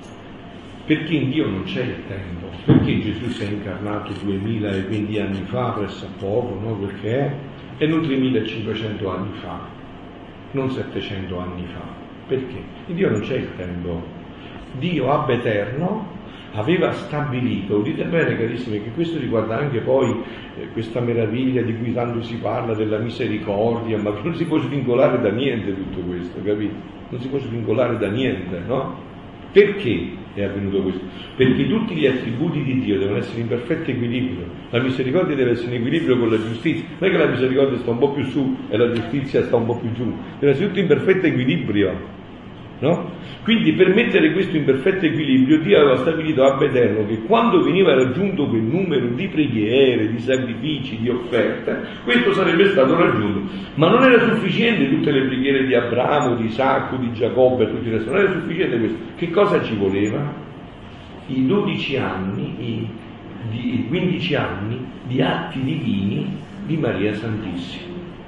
Perché in Dio non c'è il tempo, perché Gesù si è incarnato 2020 anni fa, presso a poco, no? Perché è, e non 3500 anni fa, non 700 anni fa. Perché? In Dio non c'è il tempo. Dio, ab eterno, aveva stabilito, udite bene carissimi, che questo riguarda anche poi questa meraviglia di cui tanto si parla, della misericordia, ma che non si può svincolare da niente tutto questo, capito? Non si può svincolare da niente, no? Perché è avvenuto questo? Perché tutti gli attributi di Dio devono essere in perfetto equilibrio. La misericordia deve essere in equilibrio con la giustizia, non è che la misericordia sta un po' più su e la giustizia sta un po' più giù, deve essere tutto in perfetto equilibrio. No? Quindi per mettere questo in perfetto equilibrio Dio aveva stabilito ab eterno che quando veniva raggiunto quel numero di preghiere, di sacrifici, di offerte, questo sarebbe stato raggiunto. Ma non era sufficiente tutte le preghiere di Abramo, di Isacco, di Giacobbe e tutto il resto, non era sufficiente questo. Che cosa ci voleva? I 12 anni, i 15 anni di atti divini di Maria Santissima.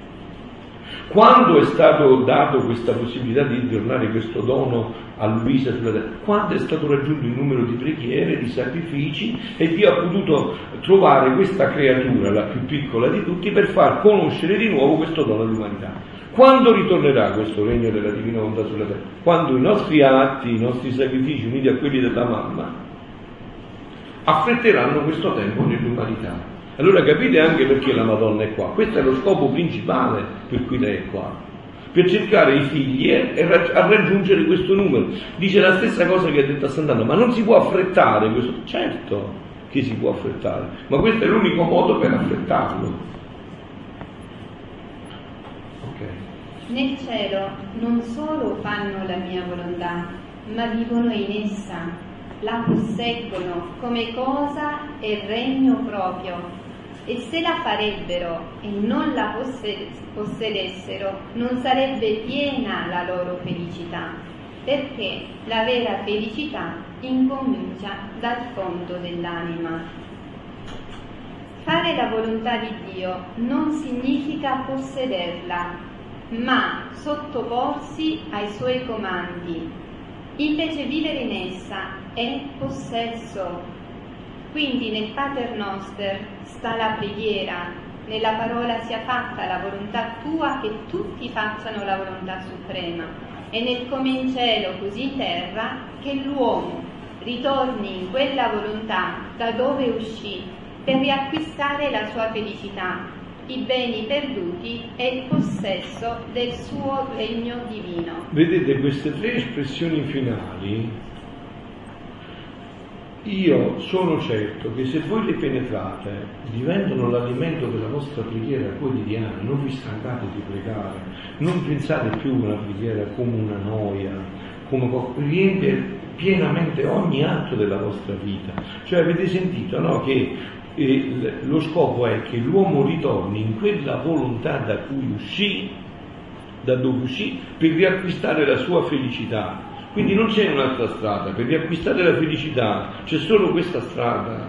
Quando è stato dato questa possibilità di tornare questo dono a Luisa sulla terra? Quando è stato raggiunto il numero di preghiere, di sacrifici, e Dio ha potuto trovare questa creatura, la più piccola di tutti, per far conoscere di nuovo questo dono all'umanità. Quando ritornerà questo regno della divina volontà sulla terra? Quando i nostri atti, i nostri sacrifici uniti a quelli della mamma affretteranno questo tempo nell'umanità. Allora capite anche perché la Madonna è qua. Questo è lo scopo principale per cui lei è qua, per cercare i figli e a raggiungere questo numero. Dice la stessa cosa che ha detto a Sant'Anna: ma non si può affrettare questo? Certo che si può affrettare, ma questo è l'unico modo per affrettarlo. Ok. Nel cielo non solo fanno la mia volontà, ma vivono in essa, la posseggono come cosa e regno proprio. E se la farebbero e non la possedessero, non sarebbe piena la loro felicità, perché la vera felicità incomincia dal fondo dell'anima. Fare la volontà di Dio non significa possederla, ma sottoporsi ai suoi comandi. Invece vivere in essa è possesso. Quindi nel Pater Noster sta la preghiera, nella parola sia fatta la volontà tua, che tutti facciano la volontà suprema, e nel come in cielo così in terra, che l'uomo ritorni in quella volontà da dove uscì per riacquistare la sua felicità, i beni perduti e il possesso del suo regno divino. Vedete queste tre espressioni finali? Io sono certo che se voi le penetrate diventano l'alimento della vostra preghiera quotidiana, non vi stancate di pregare, non pensate più alla preghiera come una noia, come riempie pienamente ogni atto della vostra vita. Cioè avete sentito, no? Che lo scopo è che l'uomo ritorni in quella volontà da cui uscì, da dove uscì, per riacquistare la sua felicità. Quindi non c'è un'altra strada, per riacquistare la felicità c'è solo questa strada,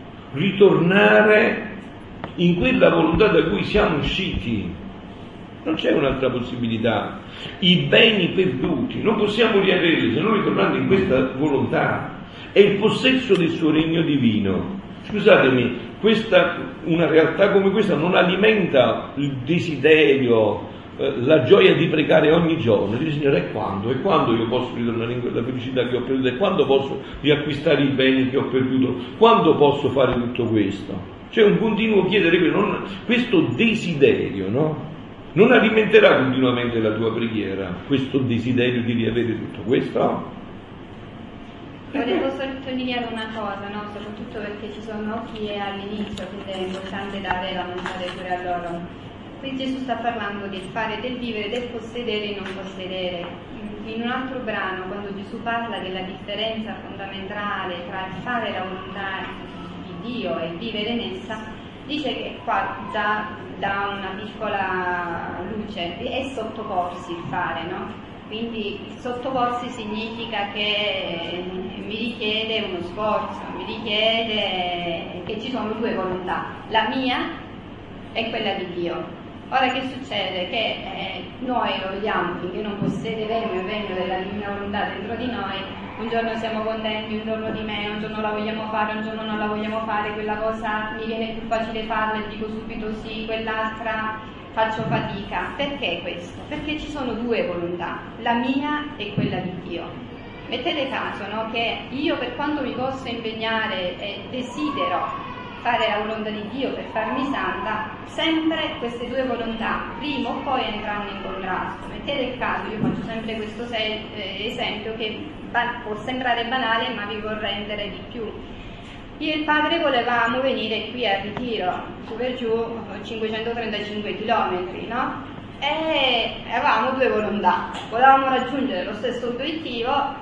ritornare in quella volontà da cui siamo usciti, non c'è un'altra possibilità. I beni perduti non possiamo riaverli se non ritornando in questa volontà, è il possesso del suo regno divino. Scusatemi, una realtà come questa non alimenta il desiderio, la gioia di pregare ogni giorno, di dire Signore, e quando io posso ritornare in quella felicità che ho perduto, e quando posso riacquistare i beni che ho perduto, quando posso fare tutto questo? C'è un continuo chiedere questo desiderio, no? Non alimenterà continuamente la tua preghiera, questo desiderio di riavere tutto questo? Volevo sottolineare una cosa, no? Soprattutto perché ci sono chi è all'inizio, quindi è importante dare la mangiare pure a loro. Qui Gesù sta parlando del fare, del vivere, del possedere e non possedere. In un altro brano, quando Gesù parla della differenza fondamentale tra il fare la volontà di Dio e vivere in essa, dice che qua dà una piccola luce, è sottoporsi il fare, no? Quindi sottoporsi significa che mi richiede uno sforzo, mi richiede che ci sono due volontà, la mia e quella di Dio. Ora che succede? Che noi lo vediamo, finché non possederemo il regno della divina volontà dentro di noi, un giorno siamo contenti, un giorno di me, un giorno la vogliamo fare, un giorno non la vogliamo fare, quella cosa mi viene più facile farla e dico subito sì, quell'altra faccio fatica. Perché questo? Perché ci sono due volontà, la mia e quella di Dio. Mettete caso, no? Che io, per quanto mi posso impegnare e desidero fare la volontà di Dio per farmi santa, sempre queste due volontà prima o poi entreranno in contrasto. Mettete caso, io faccio sempre questo esempio che può sembrare banale, ma vi vorrei rendere di più. Io e il padre volevamo venire qui a Ritiro, su per giù 535 km, no? E avevamo due volontà, volevamo raggiungere lo stesso obiettivo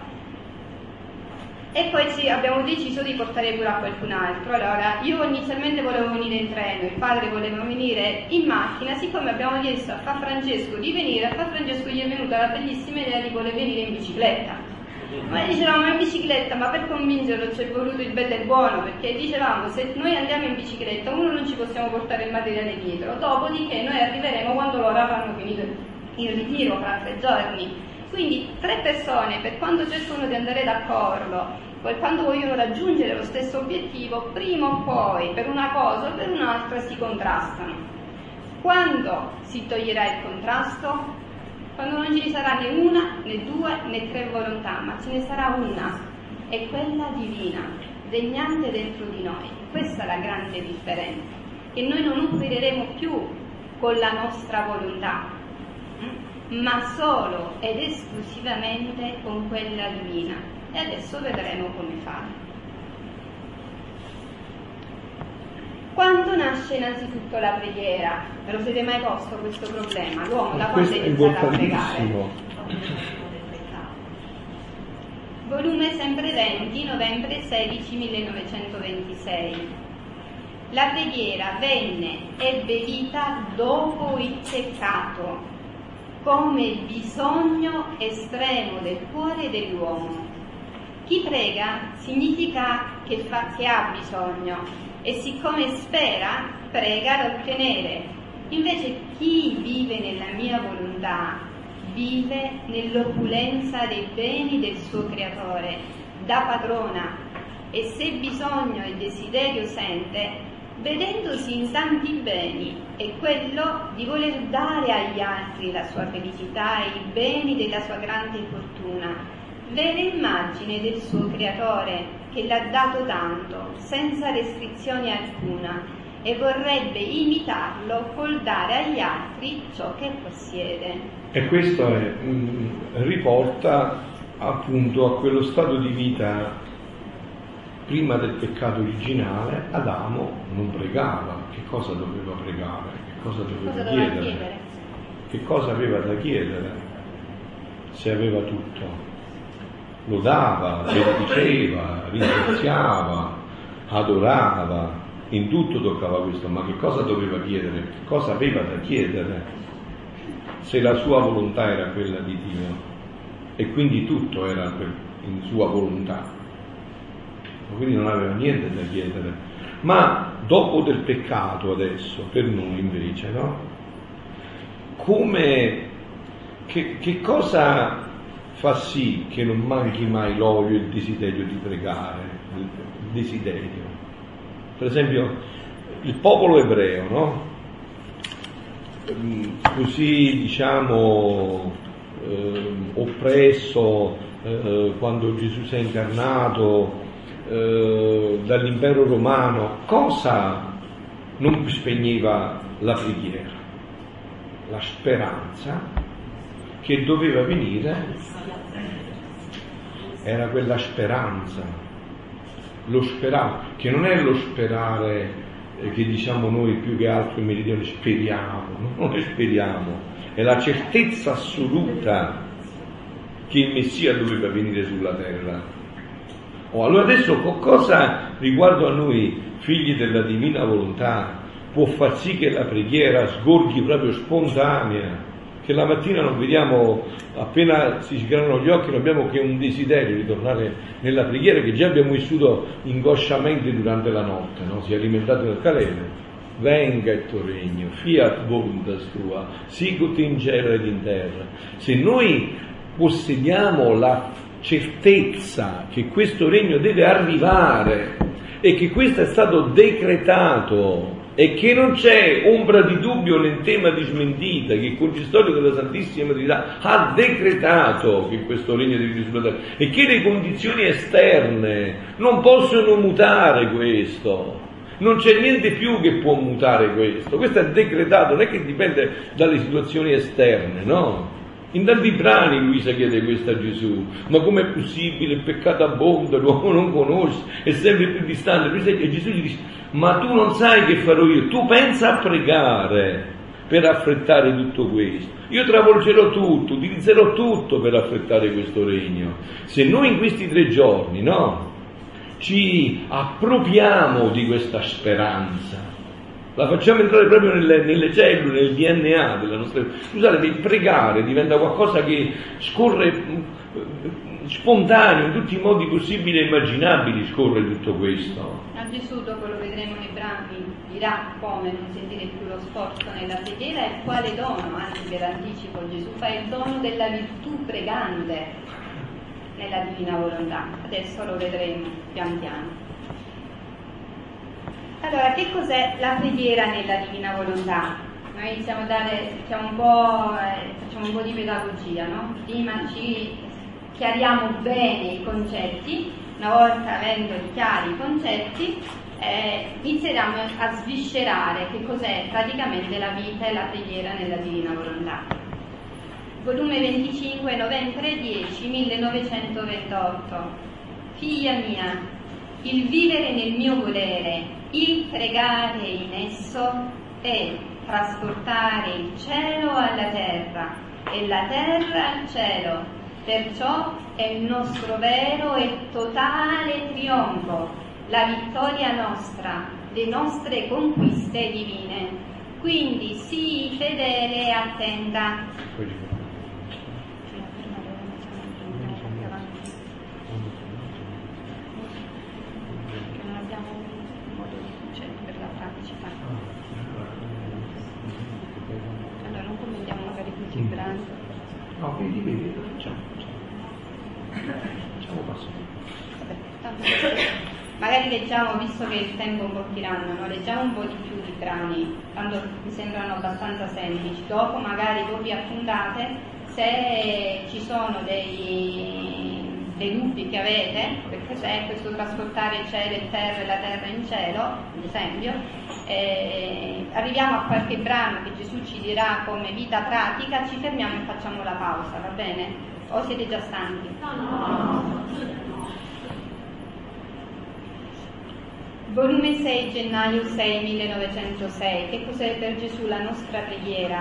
e poi abbiamo deciso di portare pure a qualcun altro. Allora, io inizialmente volevo venire in treno, il padre voleva venire in macchina. Siccome abbiamo chiesto a Fa Francesco di venire, a Fa Francesco gli è venuta la bellissima idea di voler venire in bicicletta. Noi dicevamo in bicicletta, ma per convincerlo ci è voluto il bello e il buono, perché dicevamo se noi andiamo in bicicletta uno non ci possiamo portare il materiale dietro, dopodiché noi arriveremo quando loro avranno finito il ritiro fra 3 giorni. Quindi 3 persone, per quanto cercano di andare d'accordo, quando vogliono raggiungere lo stesso obiettivo, prima o poi per una cosa o per un'altra si contrastano. Quando si toglierà il contrasto? Quando non ci sarà né una, né 2, né 3 volontà, ma ce ne sarà una, è quella divina, regnante dentro di noi. Questa è la grande differenza, che noi non opereremo più con la nostra volontà, ma solo ed esclusivamente con quella divina. E adesso vedremo come fare. Quando nasce innanzitutto la preghiera? Ve lo siete mai posto questo problema? L'uomo da quando è iniziato a pregare? Volume sempre 20, novembre 16 1926. La preghiera venne e vita dopo il peccato, come bisogno estremo del cuore dell'uomo. Chi prega significa che ha bisogno e siccome spera, prega da ottenere. Invece chi vive nella mia volontà vive nell'opulenza dei beni del suo creatore, da padrona, e se bisogno e desiderio sente, vedendosi in tanti beni, è quello di voler dare agli altri la sua felicità e i beni della sua grande fortuna, vera immagine del suo creatore che l'ha dato tanto, senza restrizione alcuna, e vorrebbe imitarlo col dare agli altri ciò che possiede. E questo riporta appunto a quello stato di vita prima del peccato originale. Adamo non pregava. Che cosa doveva pregare? Che cosa doveva chiedere? Che cosa aveva da chiedere? Se aveva tutto. Lo dava, benediceva, ringraziava, adorava, in tutto toccava questo, ma che cosa doveva chiedere? Che cosa aveva da chiedere? Se la sua volontà era quella di Dio, e quindi tutto era in sua volontà, quindi non aveva niente da chiedere. Ma dopo del peccato adesso, per noi invece, no? Che cosa fa sì che non manchi mai l'olio e il desiderio di pregare, il desiderio? Per esempio il popolo ebreo, no? Così diciamo oppresso quando Gesù si è incarnato dall'impero romano, cosa non spegneva la preghiera? La speranza che doveva venire. Era quella speranza, lo sperare, che non è lo sperare che diciamo noi più che altro in meridione speriamo, non è speriamo, è la certezza assoluta che il Messia doveva venire sulla terra. Allora adesso cosa riguardo a noi figli della divina volontà può far sì che la preghiera sgorghi proprio spontanea, che la mattina non vediamo, appena si sgranano gli occhi, non abbiamo che un desiderio di tornare nella preghiera che già abbiamo vissuto ingosciamente durante la notte, no? Si è alimentato nel calene. Venga il tuo regno, fiat voluntas tua, sicut in cielo ed in terra. Se noi possediamo la certezza che questo regno deve arrivare e che questo è stato decretato e che non c'è ombra di dubbio nel tema di smentita, che il Consistorio della Santissima Trinità ha decretato che questo regno deve venire sulla terra e che le condizioni esterne non possono mutare questo, non c'è niente più che può mutare questo è decretato, non è che dipende dalle situazioni esterne, no? In tanti brani Luisa chiede questo a Gesù: ma com'è possibile, il peccato abbonda, l'uomo non conosce, è sempre più distante. E Gesù gli dice: ma tu non sai che farò io, tu pensa a pregare per affrettare tutto questo, io travolgerò tutto, utilizzerò tutto per affrettare questo regno. Se noi in questi 3 giorni, no, ci appropriamo di questa speranza, la facciamo entrare proprio nelle cellule, nel DNA della nostra vita. Scusate, pregare diventa qualcosa che scorre spontaneo, in tutti i modi possibili e immaginabili scorre tutto questo. A Gesù, dopo lo vedremo nei brani, dirà come non sentire più lo sforzo nella preghiera e quale dono, anzi per anticipo Gesù fa il dono della virtù pregante nella divina volontà. Adesso lo vedremo pian piano. Allora, che cos'è la preghiera nella divina volontà? Noi iniziamo a facciamo un po' di pedagogia, no? Prima ci chiariamo bene i concetti, una volta avendo chiari i concetti inizieremo a sviscerare che cos'è praticamente la vita e la preghiera nella divina volontà. Volume 25, novembre 10, 1928. Figlia mia, il vivere nel mio volere, il pregare in esso è trasportare il cielo alla terra e la terra al cielo, perciò è il nostro vero e totale trionfo, la vittoria nostra, le nostre conquiste divine. Quindi sii fedele e attenta. No, vedi, facciamo passo. Magari leggiamo, visto che il tempo è un po' tiranno, no? Leggiamo un po' di più di brani, quando mi sembrano abbastanza semplici. Dopo magari voi vi appuntate, se ci sono dei dei dubbi che avete, perché c'è questo trasportare il cielo e terra e la terra in cielo, ad esempio, arriviamo a qualche brano che Gesù ci dirà come vita pratica, ci fermiamo e facciamo la pausa, va bene? O siete già stanchi? No. Volume 6, gennaio 6, 1906. Che cos'è per Gesù la nostra preghiera?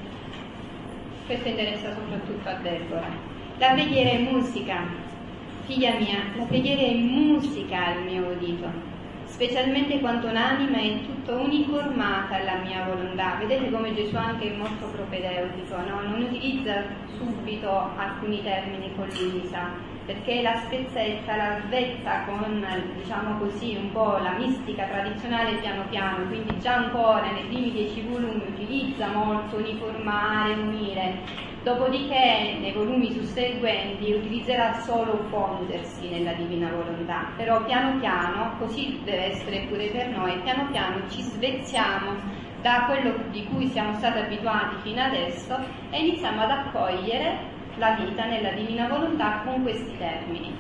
Questo interessa soprattutto a Deborah. La preghiera è musica. Figlia mia, la preghiera è musica al mio udito, specialmente quando un'anima è tutto uniformata alla mia volontà. Vedete come Gesù anche è molto propedeutico, no? Non utilizza subito alcuni termini con l'Isa, perché la spezzetta, la svetta con, diciamo così, un po' la mistica tradizionale piano piano, quindi già ancora nei primi 10 volumi utilizza molto uniformare, unire, dopodiché nei volumi susseguenti utilizzerà solo fondersi nella divina volontà, però piano piano, così deve essere pure per noi, piano piano ci svezziamo da quello di cui siamo stati abituati fino adesso e iniziamo ad accogliere la vita nella divina volontà con questi termini,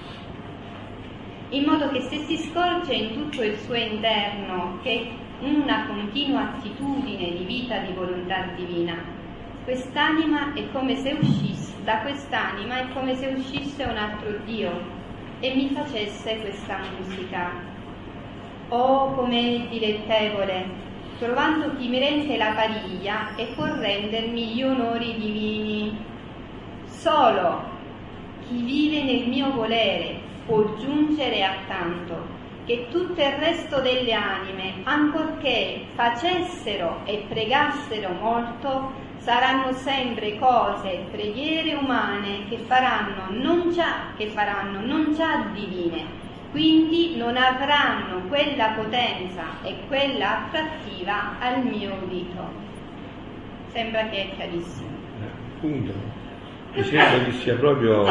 in modo che se si scorge in tutto il suo interno che una continua attitudine di vita di volontà divina, quest'anima è come se uscisse, da quest'anima è come se uscisse un altro Dio e mi facesse questa musica. Oh, com'è dilettevole, trovando chi mi rende la pariglia e può rendermi gli onori divini. Solo chi vive nel mio volere può giungere a tanto, che tutto il resto delle anime, ancorché facessero e pregassero molto, saranno sempre cose e preghiere umane che faranno non già divine, quindi non avranno quella potenza e quella attrattiva al mio udito. Sembra che è chiarissimo. Punto. Mi sembra che sia proprio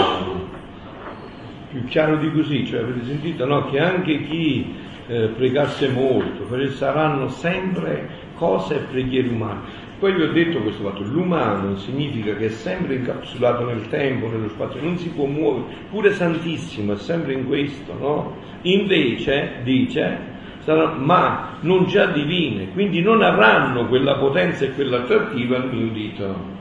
più chiaro di così, cioè avete sentito, no? Che anche chi pregasse molto, saranno sempre cose e preghiere umane. Poi vi ho detto questo fatto, l'umano significa che è sempre incapsulato nel tempo, nello spazio, non si può muovere, pure Santissimo è sempre in questo, no? Invece, dice, saranno, ma non già divine, quindi non avranno quella potenza e quell'attrattiva al mio udito.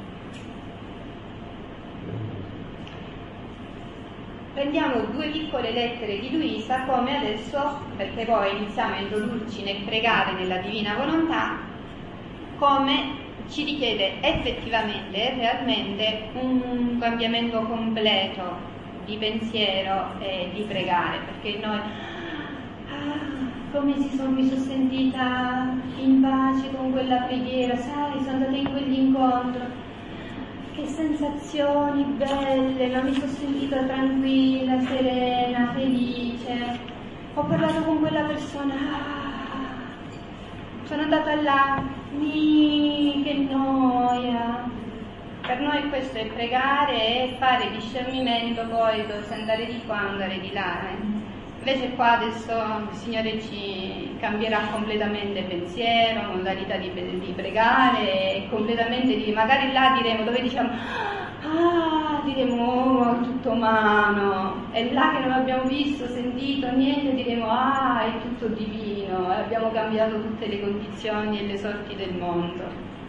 Prendiamo 2 piccole lettere di Luisa come adesso, perché poi iniziamo a introdurci nel pregare nella divina volontà, come ci richiede effettivamente e realmente un cambiamento completo di pensiero e di pregare, perché noi mi sono sentita in pace con quella preghiera, sai, sono andata in quell'incontro, che sensazioni belle, ma mi sono sentita tranquilla, serena, felice, ho parlato con quella persona, sono andata là, che noia. Per noi questo è pregare e fare discernimento poi se andare di qua, andare di là. Invece qua adesso il Signore ci cambierà completamente pensiero, modalità di pregare e completamente magari là diremo, dove diciamo diremo oh, è tutto umano, e là che non abbiamo visto, sentito niente diremo è tutto divino, e abbiamo cambiato tutte le condizioni e le sorti del mondo.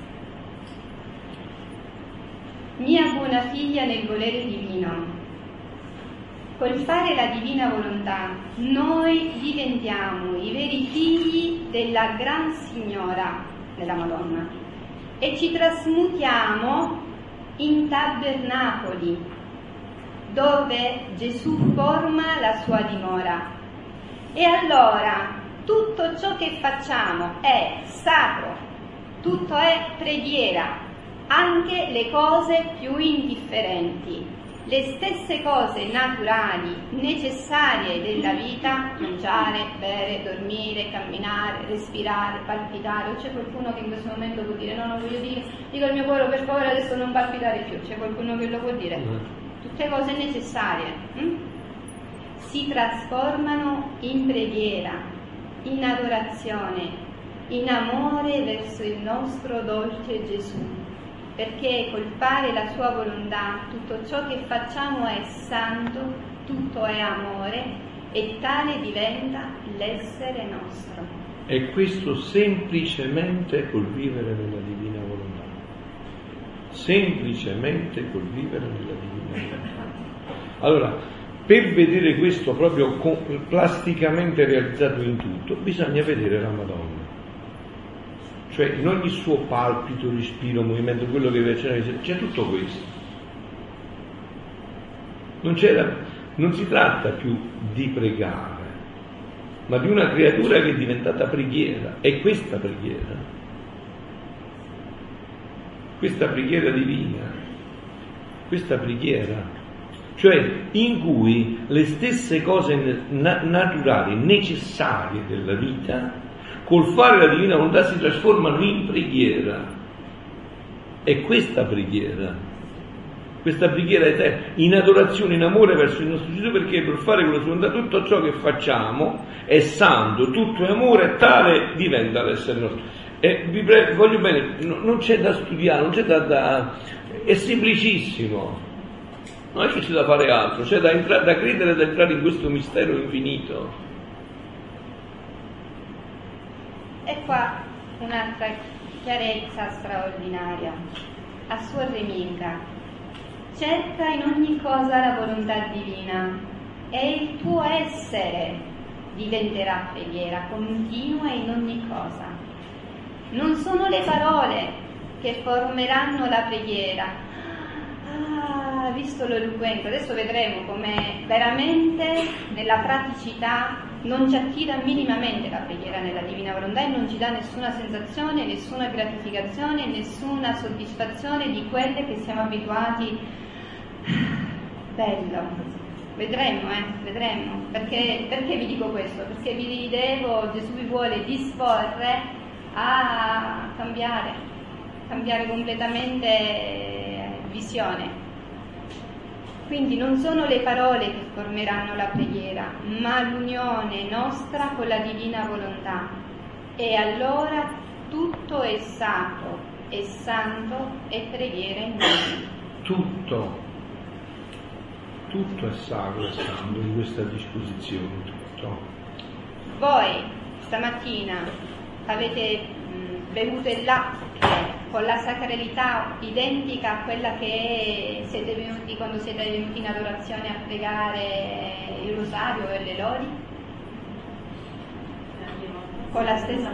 Mia buona figlia nel volere divino, col fare la divina volontà noi diventiamo i veri figli della Gran Signora, della Madonna, e ci trasmutiamo in tabernacoli dove Gesù forma la sua dimora. E allora tutto ciò che facciamo è sacro, tutto è preghiera, anche le cose più indifferenti. Le stesse cose naturali, necessarie della vita, mangiare, bere, dormire, camminare, respirare, palpitare. O c'è qualcuno che in questo momento può dire no, non voglio dire, dico al mio cuore per favore adesso non palpitare più, c'è qualcuno che lo può dire? Tutte cose necessarie si trasformano in preghiera, in adorazione, in amore verso il nostro dolce Gesù. Perché col fare la sua volontà tutto ciò che facciamo è santo, tutto è amore e tale diventa l'essere nostro. E questo semplicemente col vivere nella divina volontà. Semplicemente col vivere nella divina volontà. Allora, per vedere questo proprio plasticamente realizzato in tutto, bisogna vedere la Madonna. Cioè in ogni suo palpito, respiro, movimento, quello che c'è tutto questo. Non si tratta più di pregare, ma di una creatura che è diventata preghiera. È questa preghiera divina, questa preghiera, cioè in cui le stesse cose naturali, necessarie della vita, col fare la divina volontà si trasformano in preghiera. È questa preghiera eterna, in adorazione, in amore verso il nostro Gesù, perché per fare con la sua volontà tutto ciò che facciamo è santo, tutto è amore, tale diventa l'essere nostro. E vi voglio bene, non c'è da studiare, non c'è è semplicissimo, non è che c'è da fare altro, c'è da credere, da entrare in questo mistero infinito. E qua un'altra chiarezza straordinaria. A Suor Remica: cerca in ogni cosa la volontà divina e il tuo essere diventerà preghiera continua in ogni cosa. Non sono le parole che formeranno la preghiera. Visto l'eloquenza, adesso vedremo come veramente nella praticità non ci attira minimamente la preghiera nella divina volontà e non ci dà nessuna sensazione, nessuna gratificazione, nessuna soddisfazione di quelle che siamo abituati. Bello, vedremo. Perché vi dico questo? Perché Gesù vi vuole disporre a cambiare completamente visione. Quindi non sono le parole che formeranno la preghiera, ma l'unione nostra con la divina volontà. E allora tutto è sacro, è santo e preghiera in noi. Tutto è sacro e santo in questa disposizione, tutto. Voi stamattina avete bevuto il latte con la sacralità identica a quella che siete venuti quando siete venuti in adorazione a pregare il rosario e le lodi? Con la stessa?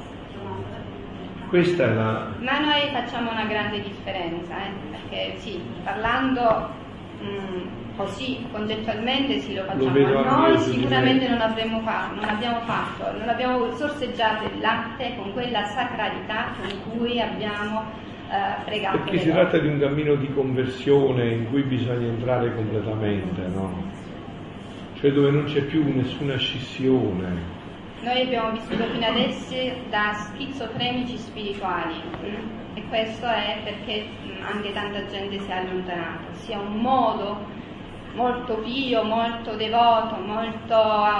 Questa è la... Ma noi facciamo una grande differenza, perché sì, parlando così concettualmente sì, lo facciamo. Noi sicuramente non abbiamo sorseggiato il latte con quella sacralità con cui abbiamo pregato. Perché si tratta di un cammino di conversione in cui bisogna entrare completamente, no? Cioè dove non c'è più nessuna scissione. Noi abbiamo vissuto fino adesso da schizofrenici spirituali e questo è perché anche tanta gente si è allontanata. Sia un modo molto pio, molto devoto, molto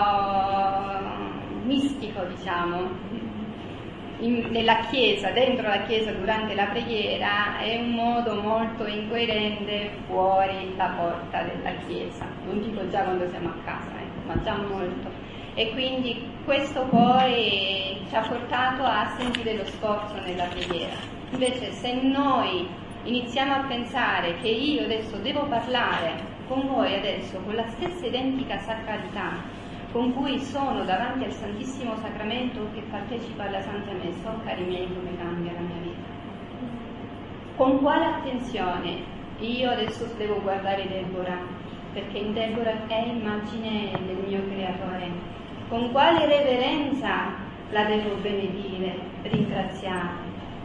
mistico, diciamo, nella Chiesa, dentro la Chiesa durante la preghiera, è un modo molto incoerente fuori la porta della Chiesa. Non dico già quando siamo a casa, ma già molto. E quindi questo poi ci ha portato a sentire lo sforzo nella preghiera. Invece se noi iniziamo a pensare che io adesso devo parlare con voi adesso con la stessa identica sacralità con cui sono davanti al Santissimo Sacramento che partecipa alla Santa Messa, oh cari miei, come cambia la mia vita. Con quale attenzione io adesso devo guardare Deborah, perché in Deborah è immagine del mio Creatore. Con quale reverenza la devo benedire, ringraziare?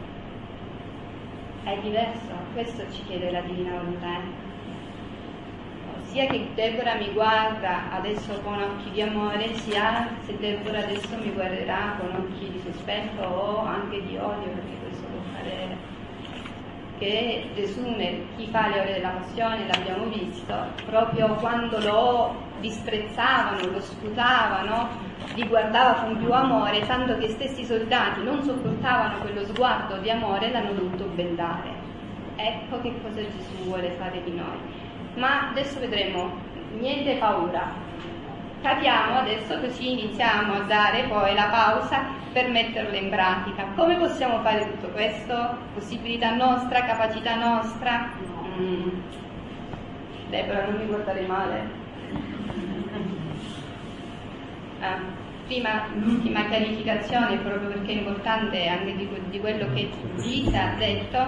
È diverso, questo ci chiede la Divina Volontà. Sia che Deborah mi guarda adesso con occhi di amore, sia se Deborah adesso mi guarderà con occhi di sospetto o anche di odio, perché questo può accadere. Che Gesù, chi fa le ore della passione, l'abbiamo visto, proprio quando lo disprezzavano, lo sputavano, li guardava con più amore, tanto che stessi soldati non sopportavano quello sguardo di amore e l'hanno dovuto bendare. Ecco che cosa Gesù vuole fare di noi. ma adesso vedremo, niente paura. Capiamo adesso, così iniziamo a dare poi la pausa per metterlo in pratica. Come possiamo fare tutto questo? Possibilità nostra, capacità nostra? Deborah, non mi guardare male. Prima l'ultima chiarificazione, proprio perché è importante anche di quello che Lisa ha detto,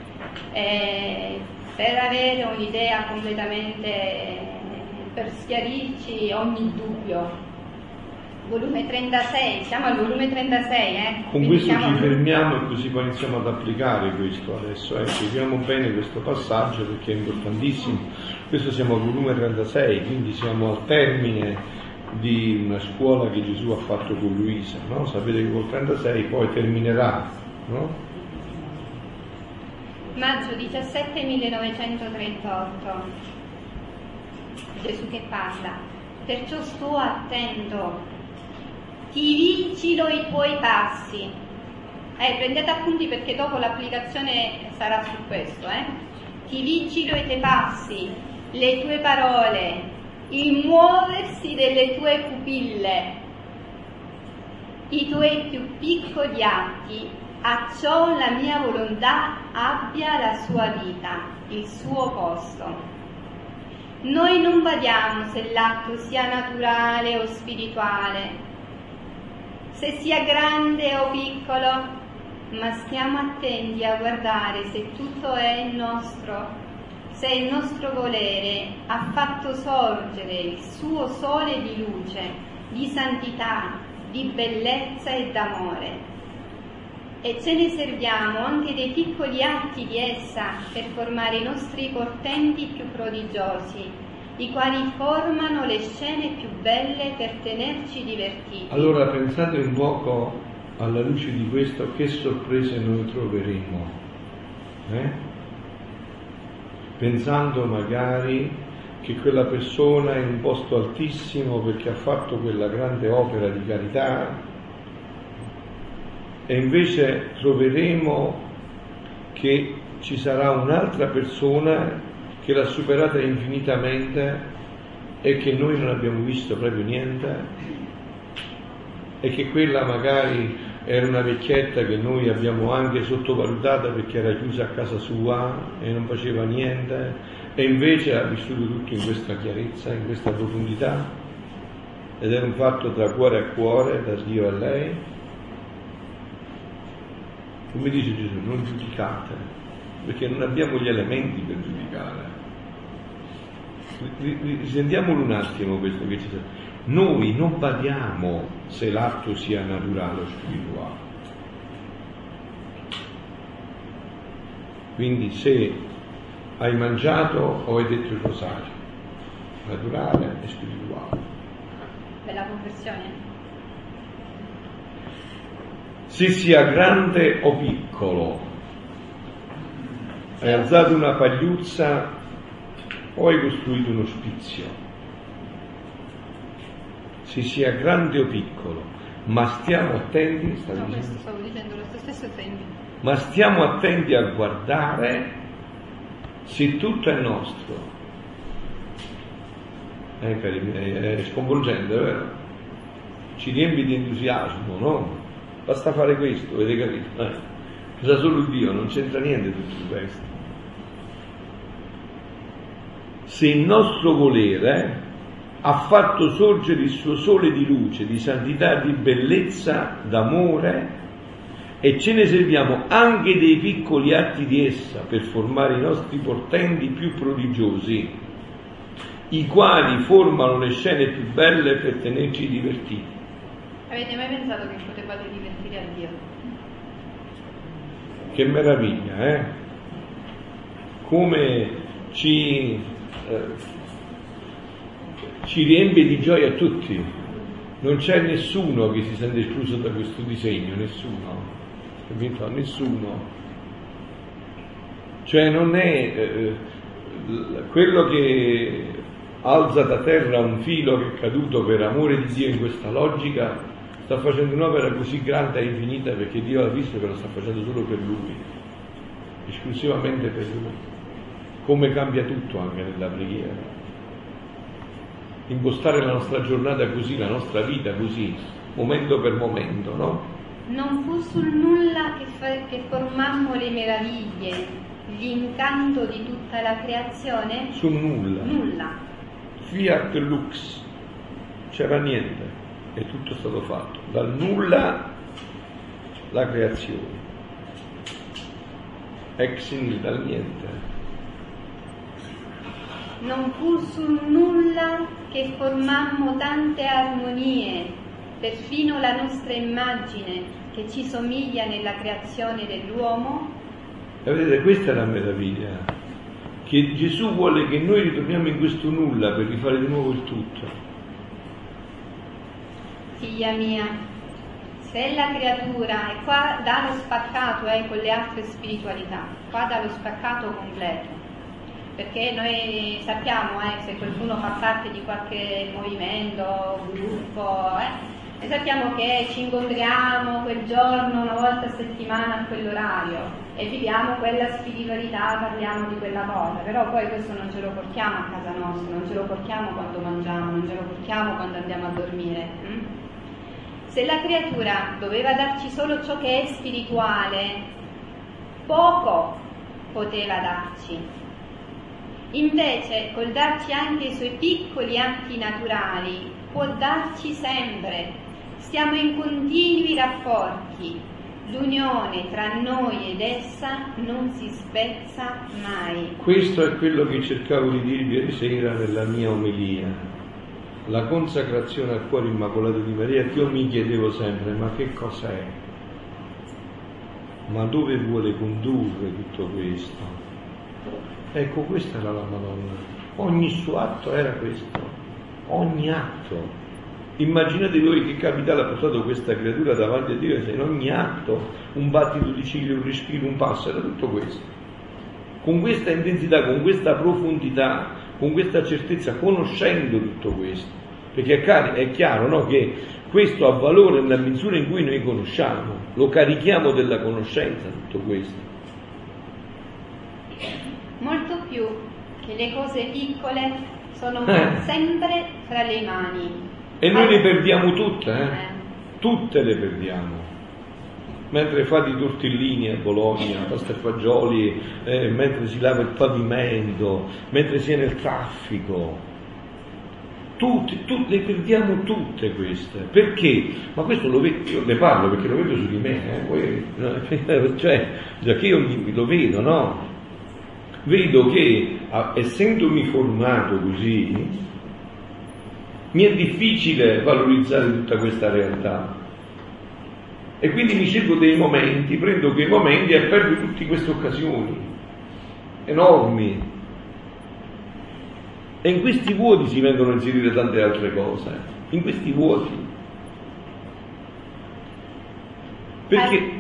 per avere un'idea completamente, per schiarirci ogni dubbio. Volume 36, siamo al volume 36. Con questo ci fermiamo e così poi iniziamo ad applicare questo adesso. Seguiamo bene questo passaggio perché è importantissimo. Questo siamo al volume 36, quindi siamo al termine di una scuola che Gesù ha fatto con Luisa, no? Sapete che col 36 poi terminerà, no? Maggio 17 1938, Gesù che parla: perciò sto attento, ti vigilo i tuoi passi. Prendete appunti perché dopo l'applicazione sarà su questo, Ti vigilo i tuoi passi, le tue parole, il muoversi delle tue pupille, i tuoi più piccoli atti, acciò la mia volontà abbia la sua vita, il suo posto. Noi non badiamo se l'atto sia naturale o spirituale, se sia grande o piccolo, ma stiamo attenti a guardare se tutto è nostro, se il nostro volere ha fatto sorgere il suo sole di luce, di santità, di bellezza e d'amore. E ce ne serviamo anche dei piccoli atti di essa per formare i nostri portenti più prodigiosi, i quali formano le scene più belle per tenerci divertiti. Allora pensate un poco, alla luce di questo, che sorprese noi troveremo, pensando magari che quella persona è in un posto altissimo perché ha fatto quella grande opera di carità, e invece troveremo che ci sarà un'altra persona che l'ha superata infinitamente e che noi non abbiamo visto proprio niente, e che quella magari era una vecchietta che noi abbiamo anche sottovalutata perché era chiusa a casa sua e non faceva niente, e invece ha vissuto tutto in questa chiarezza, in questa profondità, ed è un fatto tra cuore a cuore, da Dio a lei. Come dice Gesù, non giudicate, perché non abbiamo gli elementi per giudicare. Risentiamolo un attimo questo che ci sta. Noi non badiamo se l'atto sia naturale o spirituale. Quindi se hai mangiato o hai detto il rosario, naturale e spirituale. Bella confessione. Se sia grande o piccolo, hai alzato una pagliuzza o hai costruito un ospizio. Se sia grande o piccolo, ma stiamo attenti, stavo dicendo lo stesso tempo. Ma stiamo attenti a guardare se tutto è nostro. È sconvolgente, è vero? Ci riempie di entusiasmo, no? Basta fare questo, avete capito? Cosa solo Dio, non c'entra niente tutto questo. Se il nostro volere ha fatto sorgere il suo sole di luce, di santità, di bellezza, d'amore, e ce ne serviamo anche dei piccoli atti di essa per formare i nostri portenti più prodigiosi, i quali formano le scene più belle per tenerci divertiti. Avete mai pensato che potevate divertire a Dio? Che meraviglia, Come ci riempie di gioia a tutti. Non c'è nessuno che si sente escluso da questo disegno, nessuno. Capito? Nessuno. Cioè non è quello che alza da terra un filo che è caduto per amore di Dio in questa logica, sta facendo un'opera così grande e infinita perché Dio ha visto che lo sta facendo solo per Lui, esclusivamente per Lui. come cambia tutto anche nella preghiera. Impostare la nostra giornata così, la nostra vita così, momento per momento, no? Non fu sul nulla che formammo le meraviglie, l'incanto di tutta la creazione? Sul nulla. Nulla. Fiat lux, c'era niente, e tutto è stato fatto. Dal nulla la creazione. Ex nihilo, dal niente. Non fu sul nulla che formammo tante armonie, perfino la nostra immagine che ci somiglia nella creazione dell'uomo. E vedete, questa è la meraviglia, che Gesù vuole che noi ritorniamo in questo nulla per rifare di nuovo il tutto. Figlia mia, se la creatura, e qua dà lo spaccato con le altre spiritualità, qua dà lo spaccato completo, perché noi sappiamo se qualcuno fa parte di qualche movimento, gruppo, e sappiamo che ci incontriamo quel giorno, una volta a settimana a quell'orario e viviamo quella spiritualità, parliamo di quella cosa, però poi questo non ce lo portiamo a casa nostra, non ce lo portiamo quando mangiamo, non ce lo portiamo quando andiamo a dormire. Se la creatura doveva darci solo ciò che è spirituale, poco poteva darci. Invece, col darci anche i suoi piccoli atti naturali, può darci sempre. Stiamo in continui rapporti. L'unione tra noi ed essa non si spezza mai. Questo è quello che cercavo di dirvi ieri sera nella mia omelia. La consacrazione al cuore immacolato di Maria, che io mi chiedevo sempre, ma che cos'è? Ma dove vuole condurre tutto questo? Ecco, questa era la Madonna. Ogni suo atto era questo. Ogni atto. Immaginate voi che capitale ha portato questa creatura davanti a Dio, e se in ogni atto, un battito di ciglia, un respiro, un passo, era tutto questo. Con questa intensità, con questa profondità, con questa certezza, conoscendo tutto questo. Perché è chiaro, no, che questo ha valore nella misura in cui noi conosciamo, lo carichiamo della conoscenza, tutto questo. Molto più che le cose piccole sono sempre fra le mani. E noi le perdiamo tutte, tutte le perdiamo. Mentre fate i tortellini a Bologna, pasta e fagioli, mentre si lava il pavimento, mentre si è nel traffico, le perdiamo tutte queste. Perché? Ma questo lo vedo, io ne parlo perché lo vedo su di me, cioè, già che io lo vedo, no? Vedo che, essendomi formato così, mi è difficile valorizzare tutta questa realtà. E quindi mi cerco dei momenti, prendo quei momenti e perdo tutte queste occasioni enormi. E in questi vuoti si vengono a inserire tante altre cose. In questi vuoti. Perché?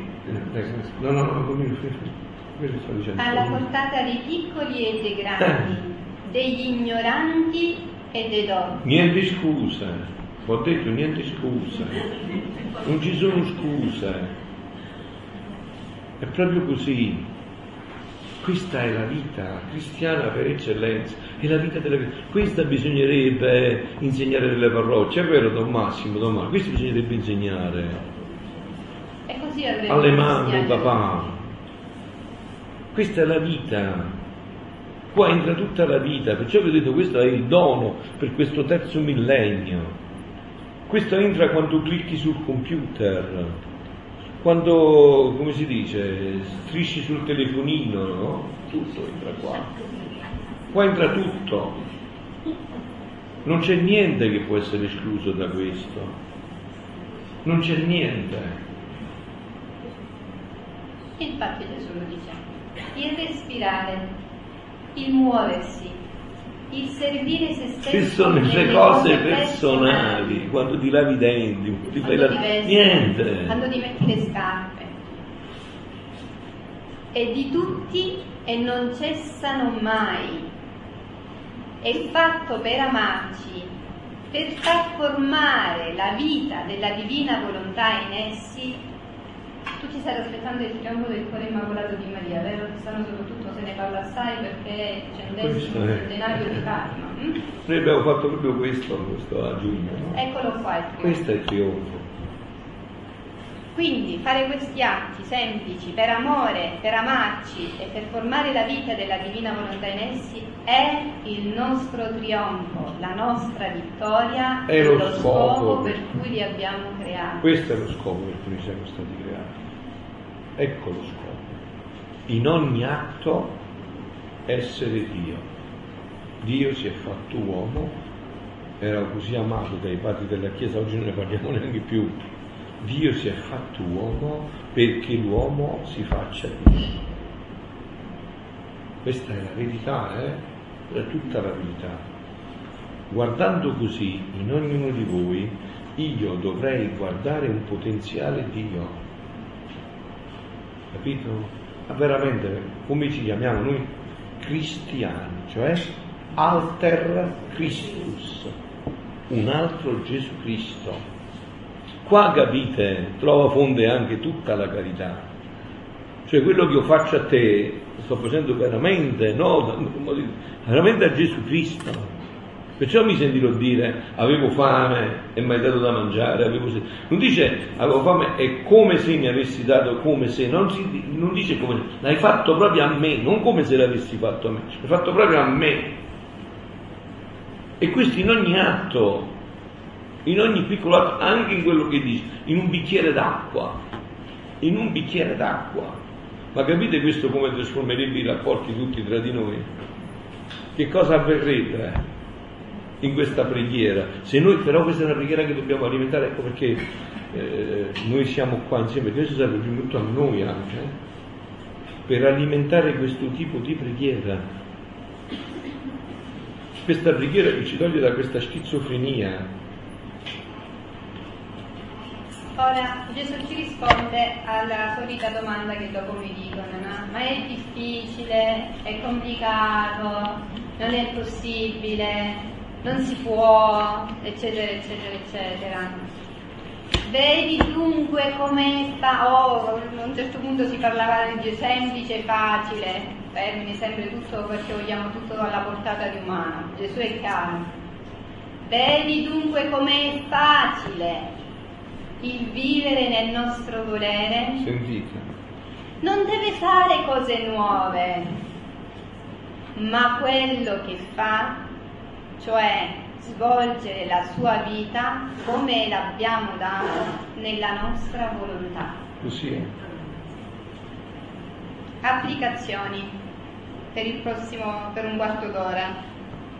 Alla portata dei piccoli e dei grandi, degli ignoranti e dei dotti. Niente scuse, ho detto niente scuse, non ci sono scuse, è proprio così. Questa è la vita cristiana per eccellenza, è la vita della vita. Questa bisognerebbe insegnare nelle parrocchie, è vero Don Massimo, questo bisognerebbe insegnare. E così alle mamme, papà. Questa è la vita. Qua entra tutta la vita, perciò vi ho detto questo è il dono per questo terzo millennio. Questo entra quando clicchi sul computer, quando, come si dice, strisci sul telefonino, no? Tutto entra qua. Qua entra tutto. Non c'è niente che può essere escluso da questo. Non c'è niente. Infatti Gesù lo dice. Il respirare, il muoversi, il servire se stesso nelle cose personali, quando ti lavi i denti, ti fai niente, quando ti metti le scarpe, e di tutti e non cessano mai, è fatto per amarci, per far formare la vita della divina volontà in essi. Tu ci stai aspettando il trionfo del cuore immacolato di Maria, vero? Ti stanno soprattutto se ne parla assai perché c'è un centenario di Fatima. Noi abbiamo fatto proprio questo a giugno, no? Eccolo qua il trionfo. Questo è il trionfo. Quindi fare questi atti semplici per amore, per amarci e per formare la vita della divina volontà in essi è il nostro trionfo, la nostra vittoria è lo scopo per cui li abbiamo creati. Questo è lo scopo per cui siamo stati creati. Ecco lo scopo. In ogni atto essere Dio. Dio si è fatto uomo, era così amato dai padri della Chiesa, oggi non ne parliamo neanche più. Dio si è fatto uomo perché l'uomo si faccia Dio. Questa è la verità, è tutta la verità. Guardando così in ognuno di voi, io dovrei guardare un potenziale Dio. Capito? Ma veramente, come ci chiamiamo noi? Cristiani, cioè alter Christus, un altro Gesù Cristo. Qua, capite, trova fonte anche tutta la carità. Cioè quello che io faccio a te, lo sto facendo veramente, no, veramente a Gesù Cristo. Perciò mi sentirò dire, avevo fame e mi hai dato da mangiare, non dice, avevo fame è come se mi avessi dato, come se, non dice come se, l'hai fatto proprio a me, non come se l'avessi fatto a me, l'hai fatto proprio a me. E questo in ogni atto, in ogni piccolo atto, anche in quello che dice, in un bicchiere d'acqua, ma capite questo come trasformerebbe i rapporti tutti tra di noi? Che cosa avverrebbe in questa preghiera? Se noi, però questa è una preghiera che dobbiamo alimentare, ecco perché noi siamo qua insieme, questo serve prima di tutto a noi anche, per alimentare questo tipo di preghiera. Questa preghiera che ci toglie da questa schizofrenia. Ora Gesù ci risponde alla solita domanda che dopo mi dicono, no? Ma è difficile, è complicato, non è possibile, non si può, eccetera, eccetera, eccetera. Vedi dunque come sta, a un certo punto si parlava di semplice, facile, termine sempre tutto perché vogliamo tutto alla portata di umano. Gesù è chiaro. Vedi dunque com'è facile il vivere nel nostro volere. Sentite. Non deve fare cose nuove, ma quello che fa, cioè svolgere la sua vita come l'abbiamo dato nella nostra volontà. Così è. Applicazioni per un quarto d'ora.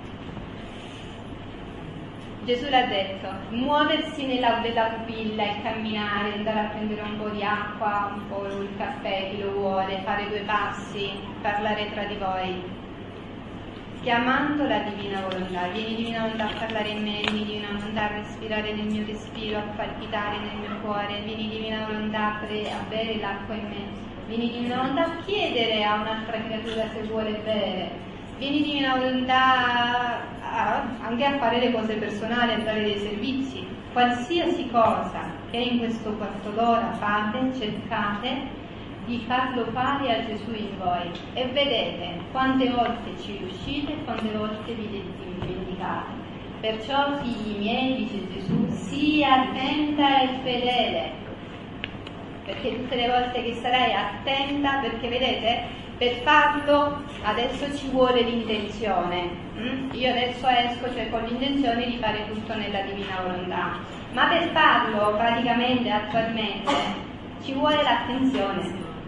Gesù l'ha detto, muoversi nella bella pupilla e camminare, andare a prendere un po' di acqua, un po' il caffè, chi lo vuole, fare 2 passi, parlare tra di voi, chiamando la divina volontà. Vieni divina volontà a parlare in me, vieni divina volontà a respirare nel mio respiro, a palpitare nel mio cuore, vieni divina volontà a bere l'acqua in me, vieni divina volontà a chiedere a un'altra creatura se vuole bere. Vieni divina volontà anche a fare le cose personali, a dare dei servizi, qualsiasi cosa che in questo quarto d'ora fate, cercate di farlo fare a Gesù in voi e vedete quante volte ci riuscite e quante volte vi vendicate. Perciò, figli miei, dice Gesù, sii attenta e fedele, perché tutte le volte che sarai attenta, perché vedete, per farlo adesso ci vuole l'intenzione. Io adesso esco, cioè con l'intenzione di fare tutto nella divina volontà, ma per farlo praticamente, attualmente, ci vuole l'attenzione,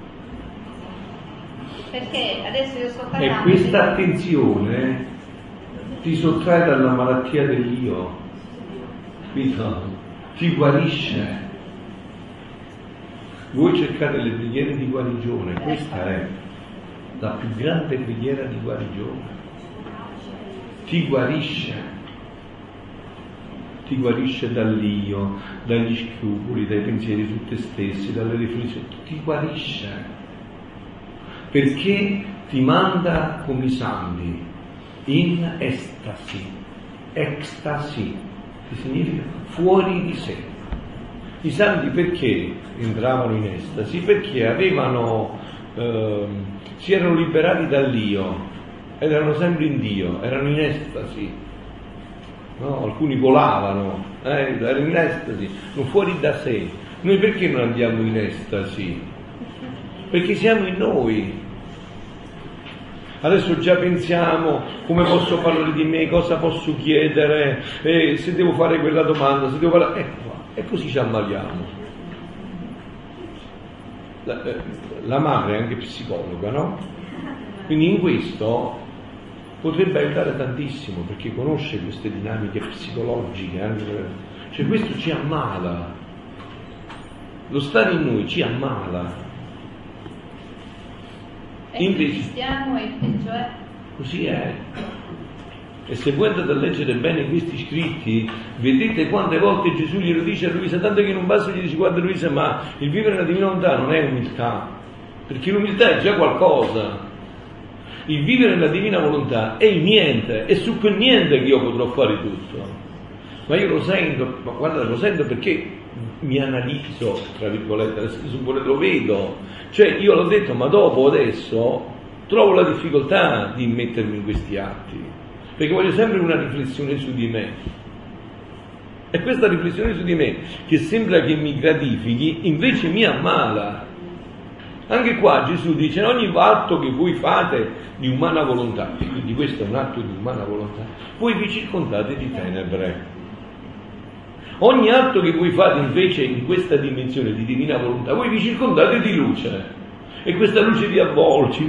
perché adesso io sto parlando. E questa attenzione ti sottrae dalla malattia dell'io, capito? Ti guarisce. Voi cercate le preghiere di guarigione, questa è la più grande preghiera di guarigione. Ti guarisce dall'io, dagli scrupoli, dai pensieri su te stessi, dalle riflessioni, ti guarisce, perché ti manda come i santi in estasi, che significa fuori di sé. I santi perché entravano in estasi? Perché avevano si erano liberati dall'io ed erano sempre in Dio, erano in estasi, no? Alcuni volavano, erano in estasi, non fuori da sé. Noi perché non andiamo in estasi? Perché siamo in noi. Adesso già pensiamo come posso parlare di me, cosa posso chiedere, se devo fare quella domanda, se devo fare... Ecco qua, e così ci ammaliamo. La madre è anche psicologa, no? Quindi in questo potrebbe aiutare tantissimo, perché conosce queste dinamiche psicologiche, cioè questo ci ammala, lo stare in noi ci ammala. Invece, cioè... così è. E se voi andate a leggere bene questi scritti, vedete quante volte Gesù glielo dice a Luisa, tanto che non basta, gli dice: guarda Luisa, ma il vivere nella divina volontà non è umiltà, perché l'umiltà è già qualcosa. Il vivere nella divina volontà è il niente, è su quel niente che io potrò fare tutto. Ma io lo sento, ma guarda, lo sento perché mi analizzo, tra virgolette, lo vedo. Cioè io l'ho detto, ma dopo, adesso, trovo la difficoltà di mettermi in questi atti, perché voglio sempre una riflessione su di me. E questa riflessione su di me, che sembra che mi gratifichi, invece mi ammala. Anche qua Gesù dice: ogni atto che voi fate di umana volontà, e quindi questo è un atto di umana volontà, voi vi circondate di tenebre. Ogni atto che voi fate invece in questa dimensione di divina volontà, voi vi circondate di luce. E questa luce vi avvolge,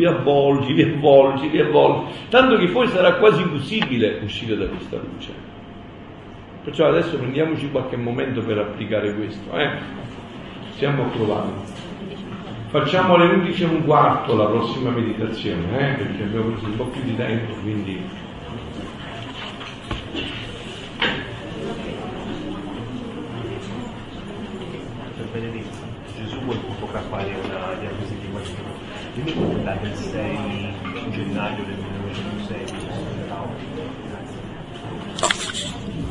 tanto che poi sarà quasi impossibile uscire da questa luce. Perciò adesso prendiamoci qualche momento per applicare questo. Stiamo provando. Facciamo alle 11:15 la prossima meditazione, perché abbiamo preso un po' più di tempo, quindi... Benedetto, Gesù vuole fotografare una diapositiva. Io mi ricordo del 6 gennaio del 1906.